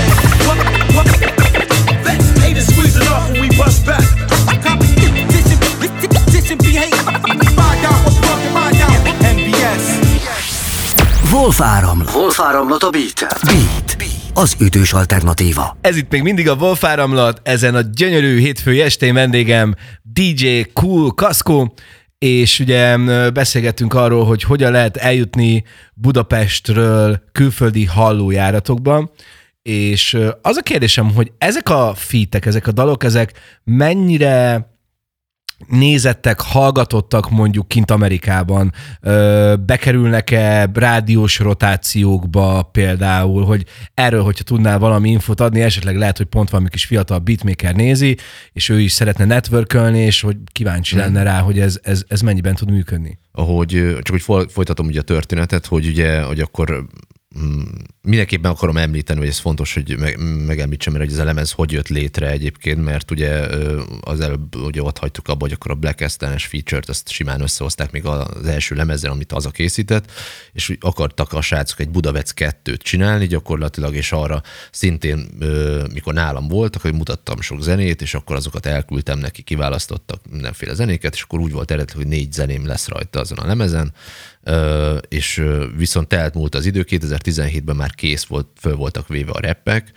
Haters squeezing off when we bust back. Competition be hating. Find out what blow your mind out. MBS. Wolfáramlott a beat. Beat. Az ütős alternatíva. Ez itt még mindig a Wolfáramlat, ezen a gyönyörű hétfői estén vendégem DJ Kool Kasko, és ugye beszélgettünk arról, hogy hogyan lehet eljutni Budapestről külföldi hallójáratokba, És az a kérdésem, hogy ezek a featek, ezek a dalok, ezek mennyire nézettek, hallgatottak mondjuk kint Amerikában, bekerülnek-e rádiós rotációkba például, hogy erről, hogyha tudnál valami infót adni, esetleg lehet, hogy pont valami kis fiatal beatmaker nézi, és ő is szeretne networkölni, és hogy kíváncsi lenne rá, hogy ez mennyiben tud működni. Ahogy, csak hogy folytatom ugye a történetet, hogy ugye, hogy akkor mindenképpen akarom említeni, hogy ez fontos, hogy megemlítsem, mert hogy ez a lemez hogy jött létre egyébként, mert ugye az előbb ugye ott hagytuk abba, hogy akkor a Black Esther-es feature-t azt simán összehozták még az első lemezen, amit az a készített, és úgy akartak a srácok egy Budavec 2-t csinálni gyakorlatilag, és arra szintén, mikor nálam voltak, hogy mutattam sok zenét, és akkor azokat elküldtem neki, kiválasztottak mindenféle zenéket, és akkor úgy volt eredetileg, hogy 4 zeném lesz rajta azon a lemezen, és viszont elmúlt az idő, 2017-ben már kész volt, föl voltak véve a rappek,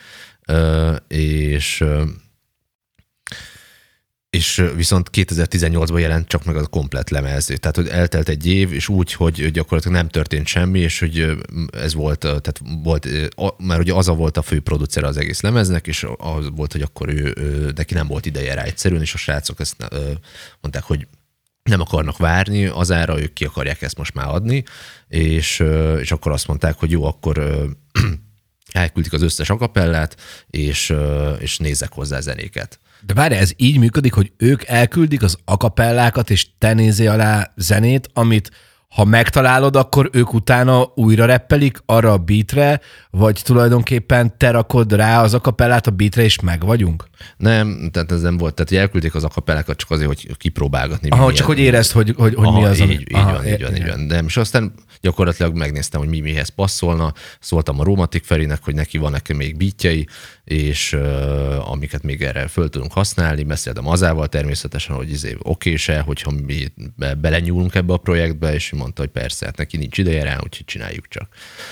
és viszont 2018-ban jelent csak meg a komplett lemez. Tehát, hogy eltelt egy év, és úgy, hogy gyakorlatilag nem történt semmi, és hogy ez volt, tehát volt, mert ugye az volt a fő producer az egész lemeznek, és az volt, hogy akkor neki nem volt ideje rá egyszerűen, és a srácok ezt mondták, hogy nem akarnak várni, azára ők ki akarják ezt most már adni, és akkor azt mondták, hogy jó, akkor elküldik az összes akapellát, és nézzek hozzá zenéket. De várj, ez így működik, hogy ők elküldik az akapellákat, és te nézzél alá zenét, amit ha megtalálod, akkor ők utána újra rappelik arra a beatre, vagy tulajdonképpen te rakod rá az akapellát a beatre, és meg vagyunk? Nem, tehát ez nem volt. Tehát elküldték az akapellákat csak azért, hogy kipróbálgatni. Aha, csak hogy érezd, hogy mi az, így van. De most aztán gyakorlatilag megnéztem, hogy mihez passzolna. Szóltam a Romantik Ferinek, hogy neki van nekem még beatjei, és amiket még erre föl tudunk használni. Beszéltem azával természetesen, hogy oké-se, hogyha mi belenyúlunk ebbe a projektbe, és mondta, hogy persze, hát neki nincs ideje rá, úgyhogy csináljuk csak.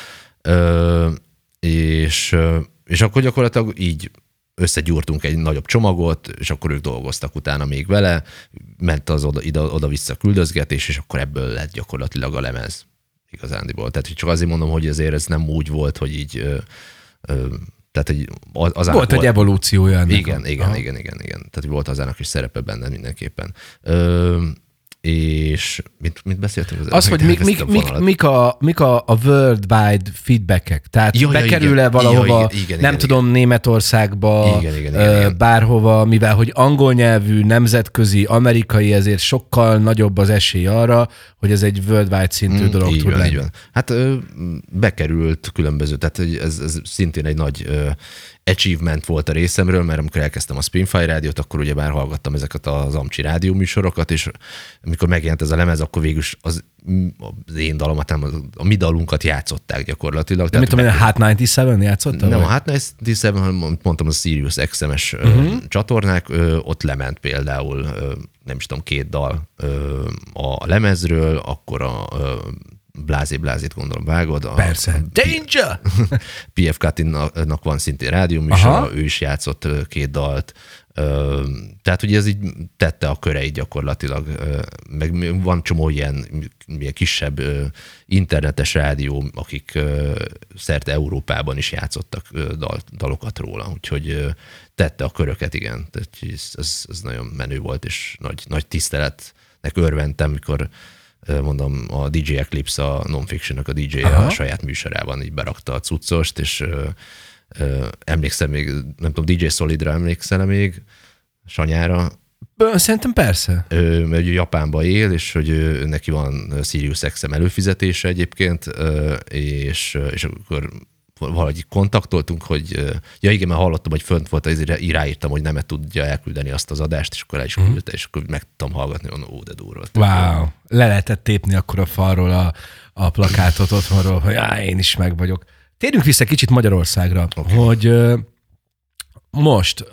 És akkor gyakorlatilag így összegyúrtunk egy nagyobb csomagot, és akkor ők dolgoztak utána még vele, ment az oda-vissza küldözgetés, és akkor ebből lett gyakorlatilag a lemez igazándiból. Tehát csak azért mondom, hogy azért ez nem úgy volt, hogy így... Tehát, hogy volt egy evolúciója ennek. Igen. Tehát volt azának is szerepe benne mindenképpen. És mit beszéltünk? Az, hogy mik a worldwide feedbackek? Tehát bekerül-e valahova, nem tudom, Németországba, igen. Bárhova, mivel hogy angol nyelvű, nemzetközi, amerikai, ezért sokkal nagyobb az esély arra, hogy ez egy worldwide szintű dolog tud lenni. Hát bekerült különböző, tehát ez szintén egy nagy achievement volt a részemről, mert amikor elkezdtem a Spinfire rádiót, akkor ugye már hallgattam ezeket az Amcsi rádió műsorokat, és amikor megjelent ez a lemez, akkor végülis az én dalomat, nem, a mi dalunkat játszották gyakorlatilag. De mit tudom, a Hot 97 játszotta? Nem, a Hot 97, hanem mondtam, a Sirius XM-es csatornák, ott lement például, nem is tudom, 2 dal a lemezről, akkor a Blázét gondolom vágod. Persze. Danger! P.F. Katinnak van szintén rádióműsora, ő is játszott 2 dalt. Tehát ugye ez így tette a köreit gyakorlatilag. Meg van csomó ilyen kisebb internetes rádió, akik szerte Európában is játszottak dalokat róla. Úgyhogy tette a köröket, igen. Tehát ez nagyon menő volt, és nagy tiszteletnek örventem, mikor mondom, a DJ Eclipse, a Non-Fiction-nek a DJ-je a saját műsorában így berakta a cuccost, és emlékszem még, nem tudom, DJ Solidra emlékszel még, Sanyára? Szerintem persze. Ő Japánban él, és hogy neki van Sirius XM előfizetése egyébként, és akkor valahogy kontaktoltunk, hogy ja igen, mert hallottam, hogy fönt volt, ráírtam, hogy nem tudja elküldeni azt az adást, és akkor el is küldte, és akkor meg tudtam hallgatni, hogy de durva. Wow, le lehetett tépni akkor a falról a plakátot otthonról, hogy én is meg vagyok. Térjünk vissza kicsit Magyarországra, hogy most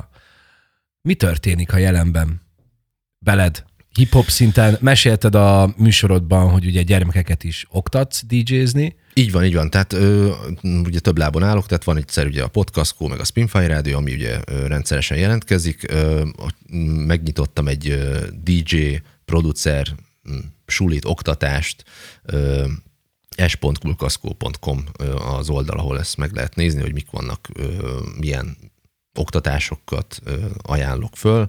mi történik a jelenben veled? Hip-hop szinten mesélted a műsorodban, hogy ugye gyermekeket is oktatsz DJ-zni. Így van. Tehát ugye több lábon állok, tehát van egyszer ugye a Podcastco, meg a Spinfire rádió, ami ugye rendszeresen jelentkezik. Megnyitottam egy DJ, producer, sulit, oktatást, s.kulkaszkó.com az oldal, ahol ezt meg lehet nézni, hogy mik vannak, milyen oktatásokat ajánlok föl,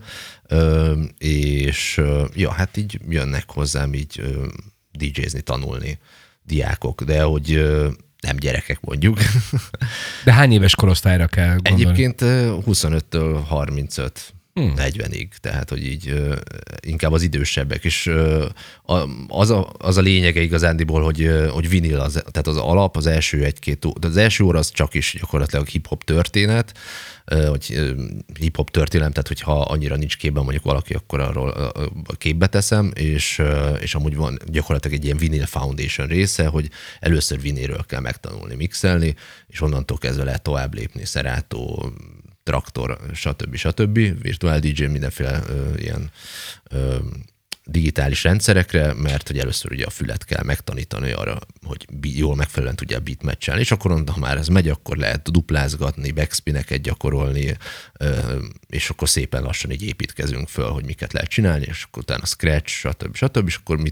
és hát így jönnek hozzám így DJ-zni, tanulni diákok, de hogy nem gyerekek mondjuk. De hány éves korosztályra kell gondolni? Egyébként 25-től 35-40-ig, tehát hogy így inkább az idősebbek, és az a lényege igazándiból, hogy vinil, tehát az alap, az első az első óra az csak is gyakorlatilag hip-hop történet, vagy hip-hop történelem, tehát hogyha annyira nincs képben mondjuk valaki, akkor arról képbe teszem, és amúgy van gyakorlatilag egy ilyen vinyl foundation része, hogy először vinilről kell megtanulni mixelni, és onnantól kezdve lehet tovább lépni, Serato, Traktor, stb. Virtual DJ, mindenféle ilyen digitális rendszerekre, mert hogy először ugye a fület kell megtanítani arra, hogy jól megfelelően tudja beat matchelni, és akkor ha már ez megy, akkor lehet duplázgatni, backspineket gyakorolni, és akkor szépen lassan így építkezünk föl, hogy miket lehet csinálni, és akkor utána scratch, stb. És akkor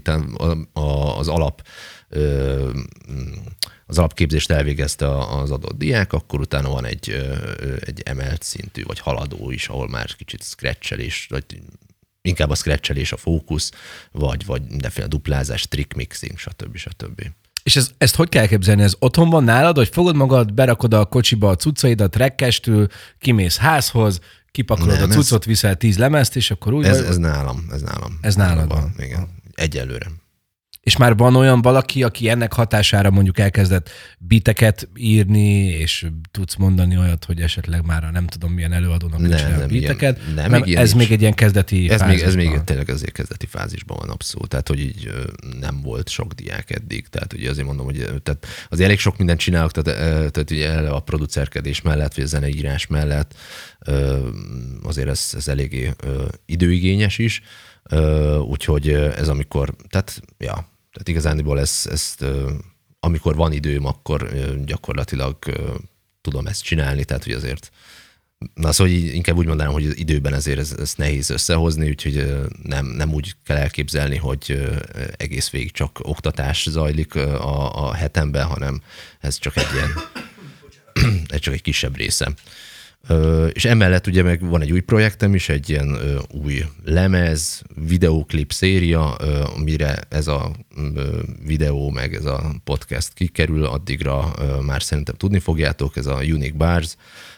az alapképzést elvégezte az adott diák, akkor utána van egy emelt szintű, vagy haladó is, ahol már kicsit scratchelés, vagy inkább a scratchelés a fókusz, vagy mindenféle duplázás, trick mixing, stb. És ezt hogy kell képzelni? Ez otthon van nálad, hogy fogod magad, berakod a kocsiba a cuccaidat rekkestül, kimész házhoz, kipakolod a cuccot, viszel 10 lemezt, és akkor úgy... Ez nálam. Ez nálad van. Igen, egyelőre. És már van olyan valaki, aki ennek hatására mondjuk elkezdett beateket írni, és tudsz mondani olyat, hogy esetleg már nem tudom milyen előadónak csinál beateket. Ez még egy ilyen kezdeti fázisban. Ez még tényleg azért kezdeti fázisban van abszolút. Tehát, hogy így nem volt sok diák eddig. Tehát ugye azért mondom, hogy tehát azért elég sok mindent csinálok, tehát ugye a producerkedés mellett, vagy a zeneírás mellett azért ez eléggé időigényes is. Úgyhogy ez amikor, tehát igazándiból ezt amikor van időm, akkor gyakorlatilag tudom ezt csinálni, tehát hogy azért, szóval inkább úgy mondanám, hogy az időben ezért ezt nehéz összehozni, úgyhogy nem úgy kell elképzelni, hogy egész végig csak oktatás zajlik a hetemben, hanem ez csak egy kisebb része. És emellett ugye meg van egy új projektem is, egy ilyen új lemez, videóklip széria, amire ez a videó meg ez a podcast kikerül, addigra már szerintem tudni fogjátok, ez a Unique Bars.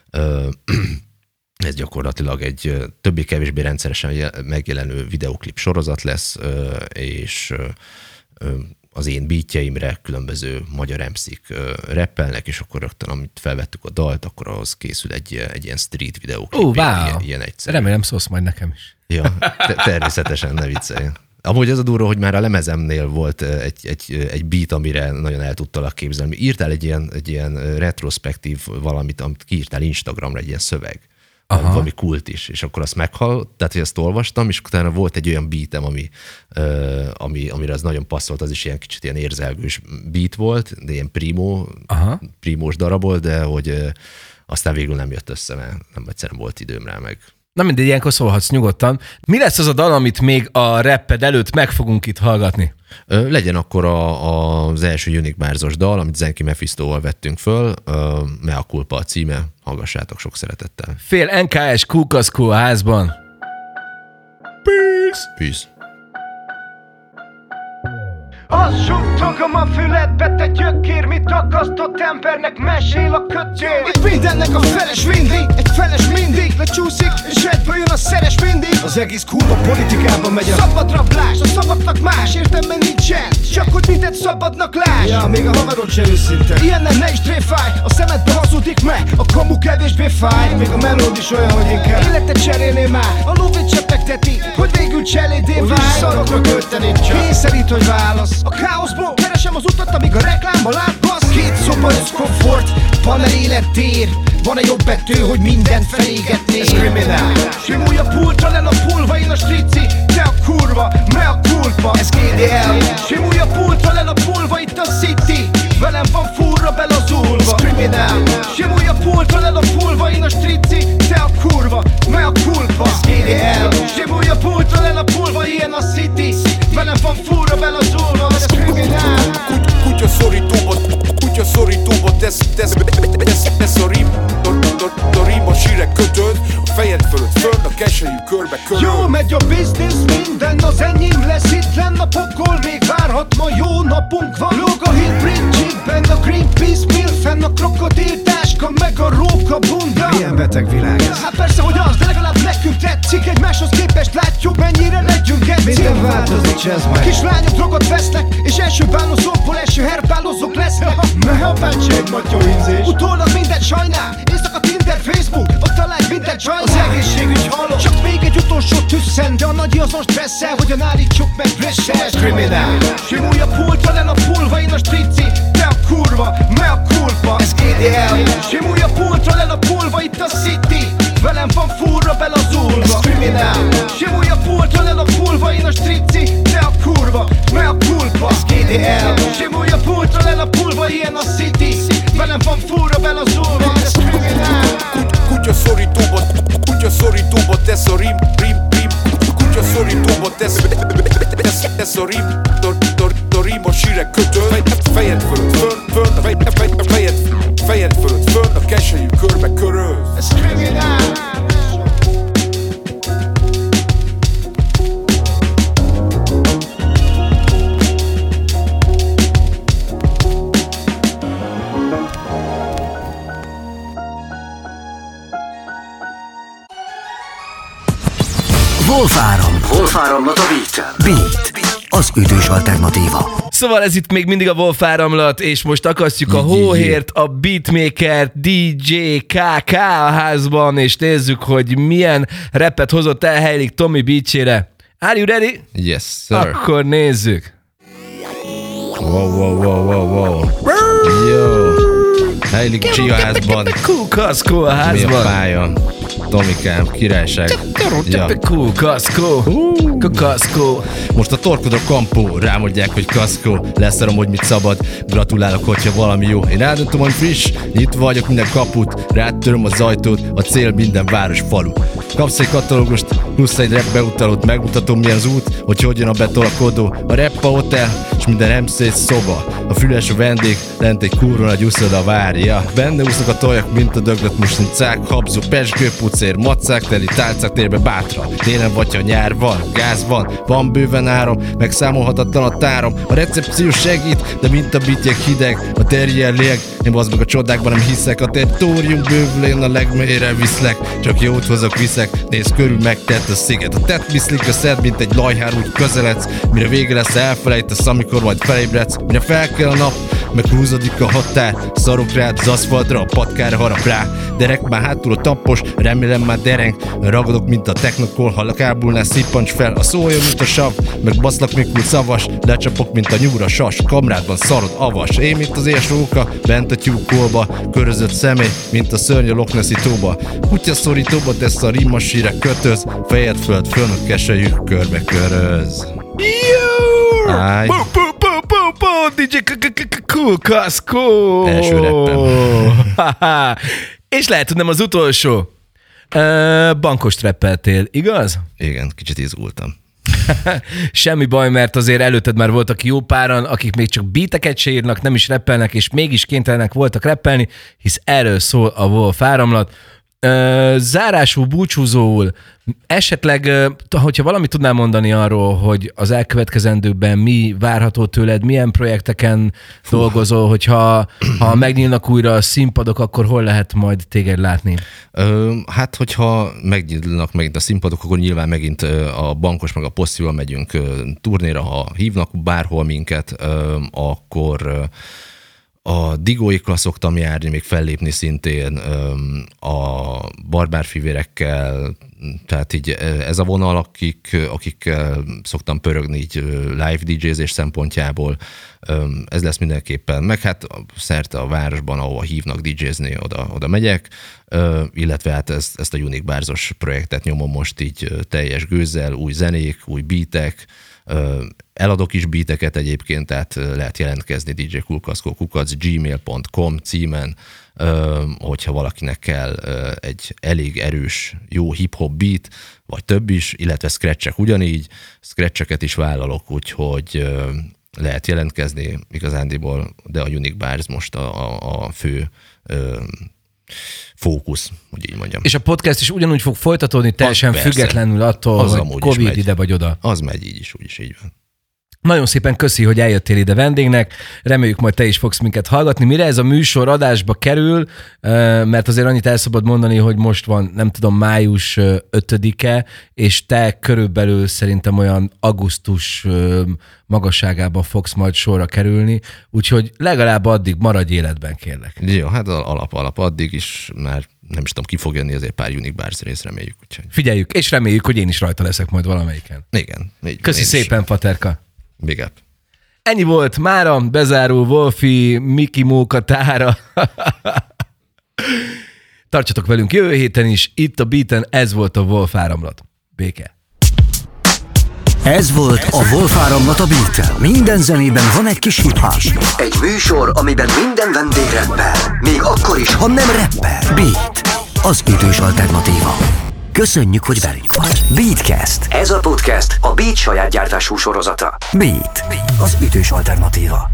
Ez gyakorlatilag egy többé-kevésbé rendszeresen megjelenő videóklip sorozat lesz, és az én beatjeimre különböző magyar MC-k rappelnek, és akkor rögtön, amit felvettük a dalt, akkor ahhoz készül egy ilyen street videóklip. Wow. Ilyen egyszerű. Remélem szólsz majd nekem is. Ja, természetesen, ne viccelj. Amúgy az a durva, hogy már a lemezemnél volt egy beat, amire nagyon el tudtalak képzelni. Írtál egy ilyen retrospektív valamit, amit kiírtál Instagramra, egy ilyen szöveg. Valami kult is, és akkor azt meghallott, tehát hogy azt olvastam, és utána volt egy olyan beatem, amire az nagyon passzolt, az is ilyen kicsit ilyen érzelgős beat volt, de ilyen primós darab volt, de hogy aztán végül nem jött össze, mert egyszerűen volt időm rá meg. Na mindegy, ilyenkor szólhatsz nyugodtan. Mi lesz az a dal, amit még a rapped előtt meg fogunk itt hallgatni? Legyen akkor az első Unique Bars-os dal, amit Zenki Mephistoval vettünk föl, Mea Culpa a címe, hallgassátok sok szeretettel. Fél NKS Kulkaszkó a házban. Peace. Az suttogom a füledbe, te gyökér, mit akasztott embernek mesél a kötél. Itt mindennek a feles mindig, egy feles mindig lecsúszik, és egyből jön a szeres mindig. Az egész kurva politikában megy a szabad rablás, a szabadnak más értelme nincsen, csak hogy mindent szabadnak láss. Ja, még a haverod se őszinte, ilyennel ne is tréfálj, a szemedbe hazudik meg, a kamu kevésbé fáj. Még a melód is olyan, hogy inkább életet cserélnél már, a lóvét csepegteti, hogy végül cselédé válj. Szarokra költeném csak, kényszerít, hogy válasz. A káoszból keresem az utat, amíg a reklámba látbasz. Két szoba, ez komfort, panel élettér. Van-e jobb betű, hogy mindent felégetnél? Ez kriminál. Simulj a pultra, len a pulva, én a strici. Te a kurva, me a kulpa. Ez GDL. Simulj a pultra, len a pulva, itt a city. Velem van furra belazulva. Ez kriminál. Simulj a pultra, len a pulva, én a strici. Te a kurva, me a kulpa. Ez GDL. Simulj a pultra, len a pulva, ilyen a city. Velem van furra belazulva. Ez kriminál. Kutya szorító fejed fölött, fönn a keselyű körbe körül. Jó megy a biznisz, minden az enyém lesz. Itt lenn a pokol, még várhat, ma jó napunk van. Lóg a hit bridge-ben, a Greenpeace mill fenn, a krokodiltáska, meg a róka bunda. Milyen beteg világ ez? Hát persze, hogy az, de legalább nekünk tetszik. Egymáshoz képest látjuk, mennyire legyünk geci. Minden változik, csezd meg. Kislányok drogot vesznek, és első bálózókból első herbálózók lesznek. Mehe a bácség, matyó ízés. Utólag mindent sajnál, éjszaka Tinder, Facebook, ott találj minden csajnál. Az egészségügy halott, csak még egy utolsó tüsszen. De a nagyi azon stresszel, hogyan állítsuk meg Brissel. Kriminál. Simulj a pultra, len a pulva, én a strici. Te a kurva, me a kulpa. Ez KDL. Simulj a pultra, len a pulva, itt a city. Velem van furra, belazulva. Ez kriminál. Simulj a pultra, len a pulva, én a strici. Te a kurva, me a kulpa. Ez KDL. Simulj a pultra, len a pulva, ilyen a city. Velem van furra, belazulva. Ez kriminál. Kutya szorítóba tesz a rim. Kutya szorítóba tesz a rim. A rim a sírek kötöl. Fejed fölött, fönn, fejed fölött, fönn, a keselyű körbe köröl. Ez kriminál. Wolfáramlat a Beat, az ütős alternatíva. Szóval ez itt még mindig a Wolfáramlat, és most akasztjuk a hóhért, a beatmaker DJ KK a házban, és nézzük, hogy milyen rappet hozott el Heilig Tommy beatsére. Are you ready? Yes, sir. Akkor nézzük. Wow. Jó. Heilig G a házban. Kaszkó a Mi a házban. pálya? Tomikám, királyság. Ja. Kaszkó. Most a torkodra kampó, rámondják, hogy kaszkó. Leszarom, hogy mit szabad, gratulálok, hogyha valami jó. Én eldöntöm, hogy friss, nyitva vagyok minden kaput. Rátöröm az ajtót, a cél minden város, falu. Kapsz egy katalógust, plusz egy rap beutalót. Megmutatom, milyen az út, hogy hogyan a betolakodó. A rap a hotel, és minden MC szoba. A füles a vendég, lent egy kurva nagy uszoda várja. Benne úsznak a tojak, mint a döglött muslincák. Habzó, pesgő, pucér, macák, teli tálcák térbe bátra. Télen vagy, ha nyár van, gáz van bőven áram, megszámolhatatlan a tárom. A recepció segít, de mint a bitjek hideg, a terjel lég. Én bazd meg a csodákban nem hiszek, a territórium bővül, én a legmélyre viszlek. Csak jót hozok, viszek, nézd körül megtett a sziget. A tett viszlik a szed, mint egy lajhár, úgy közeledsz. Mire vége lesz, elfelejtesz, amikor majd felébredsz. Mire fel kell a nap, meg húzódik a határ. Szarok rád az aszfaltra, a patkára harap rá. Derek már hátul a tappos, remélem már dereng. Ragadok, mint a technokol, ha kábulnál szippancs fel. A szója, mint a sav, meg baszlak, mikor szavas. Lecsapok, mint a nyúra sas, kamrádban szarod avas. Én, mint az éles róka, bent a tyúkolba. Körözött személy, mint a szörny a Loch Nessi tóba. Kutya szorítóba tesz a rimmasíre kötöz. Fejed föld, fönn a keselyű körbe köröz. Áj. DJ Kaszkó. Első reppem. És lehet, hogy nem az utolsó. Bankos trappeltél, igaz? Igen, kicsit izgultam. Semmi baj, mert azért előtted már voltak jó páran, akik még csak beateket se írnak, nem is rappelnek, és mégis kénytelenek voltak rappelni, hisz erről szól a Wolfáramlat. Zárásul, búcsúzóul, esetleg, hogyha valamit tudnál mondani arról, hogy az elkövetkezendőkben mi várható tőled, milyen projekteken dolgozol, hogyha megnyílnak újra a színpadok, akkor hol lehet majd téged látni? Hát, hogyha megnyílnak megint a színpadok, akkor nyilván megint a Bankos meg a Posszival megyünk turnéra, ha hívnak bárhol minket, akkor a Digóikkal szoktam járni, még fellépni szintén, a Barbárfivérekkel, tehát így ez a vonal, akikkel szoktam pörögni így live DJ-zés szempontjából, ez lesz mindenképpen. Meg hát szerte a városban, ahol hívnak DJ-zni, oda megyek, illetve hát ezt a Unique Bars-os projektet nyomom most így teljes gőzzel, új zenék, új beatek, eladok is beateket egyébként, tehát lehet jelentkezni djkulkaszko@gmail.com címen, hogyha valakinek kell egy elég erős, jó hip-hop beat, vagy több is, illetve scratchek ugyanígy, scratcheket is vállalok, úgyhogy lehet jelentkezni igazándiból, de a Unique Bars most a fő fókusz, hogy így mondjam. És a podcast is ugyanúgy fog folytatódni, teljesen függetlenül attól, az hogy Covid ide vagy oda. Az megy így is, úgyis így van. Nagyon szépen köszi, hogy eljöttél ide vendégnek, reméljük majd te is fogsz minket hallgatni. Mire ez a műsor adásba kerül, mert azért annyit el szabad mondani, hogy most van, nem tudom, május 5-e, és te körülbelül szerintem olyan augusztus magasságában fogsz majd sorra kerülni, úgyhogy legalább addig maradj életben, kérlek. Jó, hát alap addig is már nem is tudom, ki fog jönni, azért pár Unique Bars rész, reméljük. Úgyhogy. Figyeljük, és reméljük, hogy én is rajta leszek majd valamelyiken. Igen. Köszi szépen, Paterka. Big up. Ennyi volt mára, bezáró Wolfi, Miki Móka tára. Tartsatok velünk jövő héten is, itt a Beaten, ez volt a Wolf áramlat. Béke. Ez volt a Wolf áramlat a Beaten. Minden zenében van egy kis hip-hop. Egy műsor, amiben minden vendég rapper. Még akkor is, ha nem rapper. Beat, az ütős alternatíva. Köszönjük, hogy velünk vagy. Beatcast. Ez a podcast a Beat saját gyártású sorozata. Beat, az ütős alternatíva.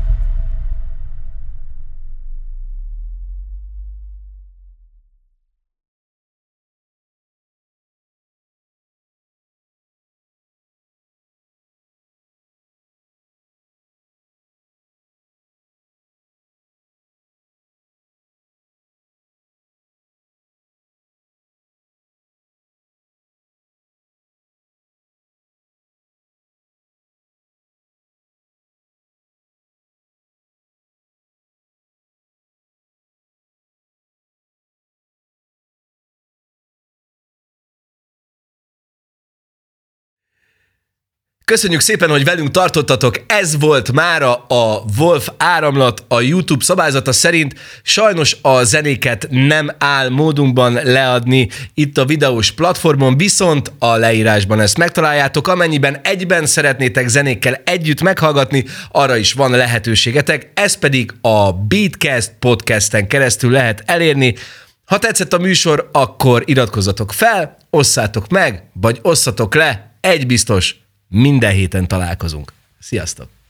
Köszönjük szépen, hogy velünk tartottatok. Ez volt mára a Wolf áramlat a YouTube szabályzata szerint. Sajnos a zenéket nem áll módunkban leadni itt a videós platformon, viszont a leírásban ezt megtaláljátok. Amennyiben egyben szeretnétek zenékkel együtt meghallgatni, arra is van lehetőségetek. Ez pedig a Beatcast podcasten keresztül lehet elérni. Ha tetszett a műsor, akkor iratkozzatok fel, osszátok meg, vagy osszatok le, egy biztos, minden héten találkozunk. Sziasztok!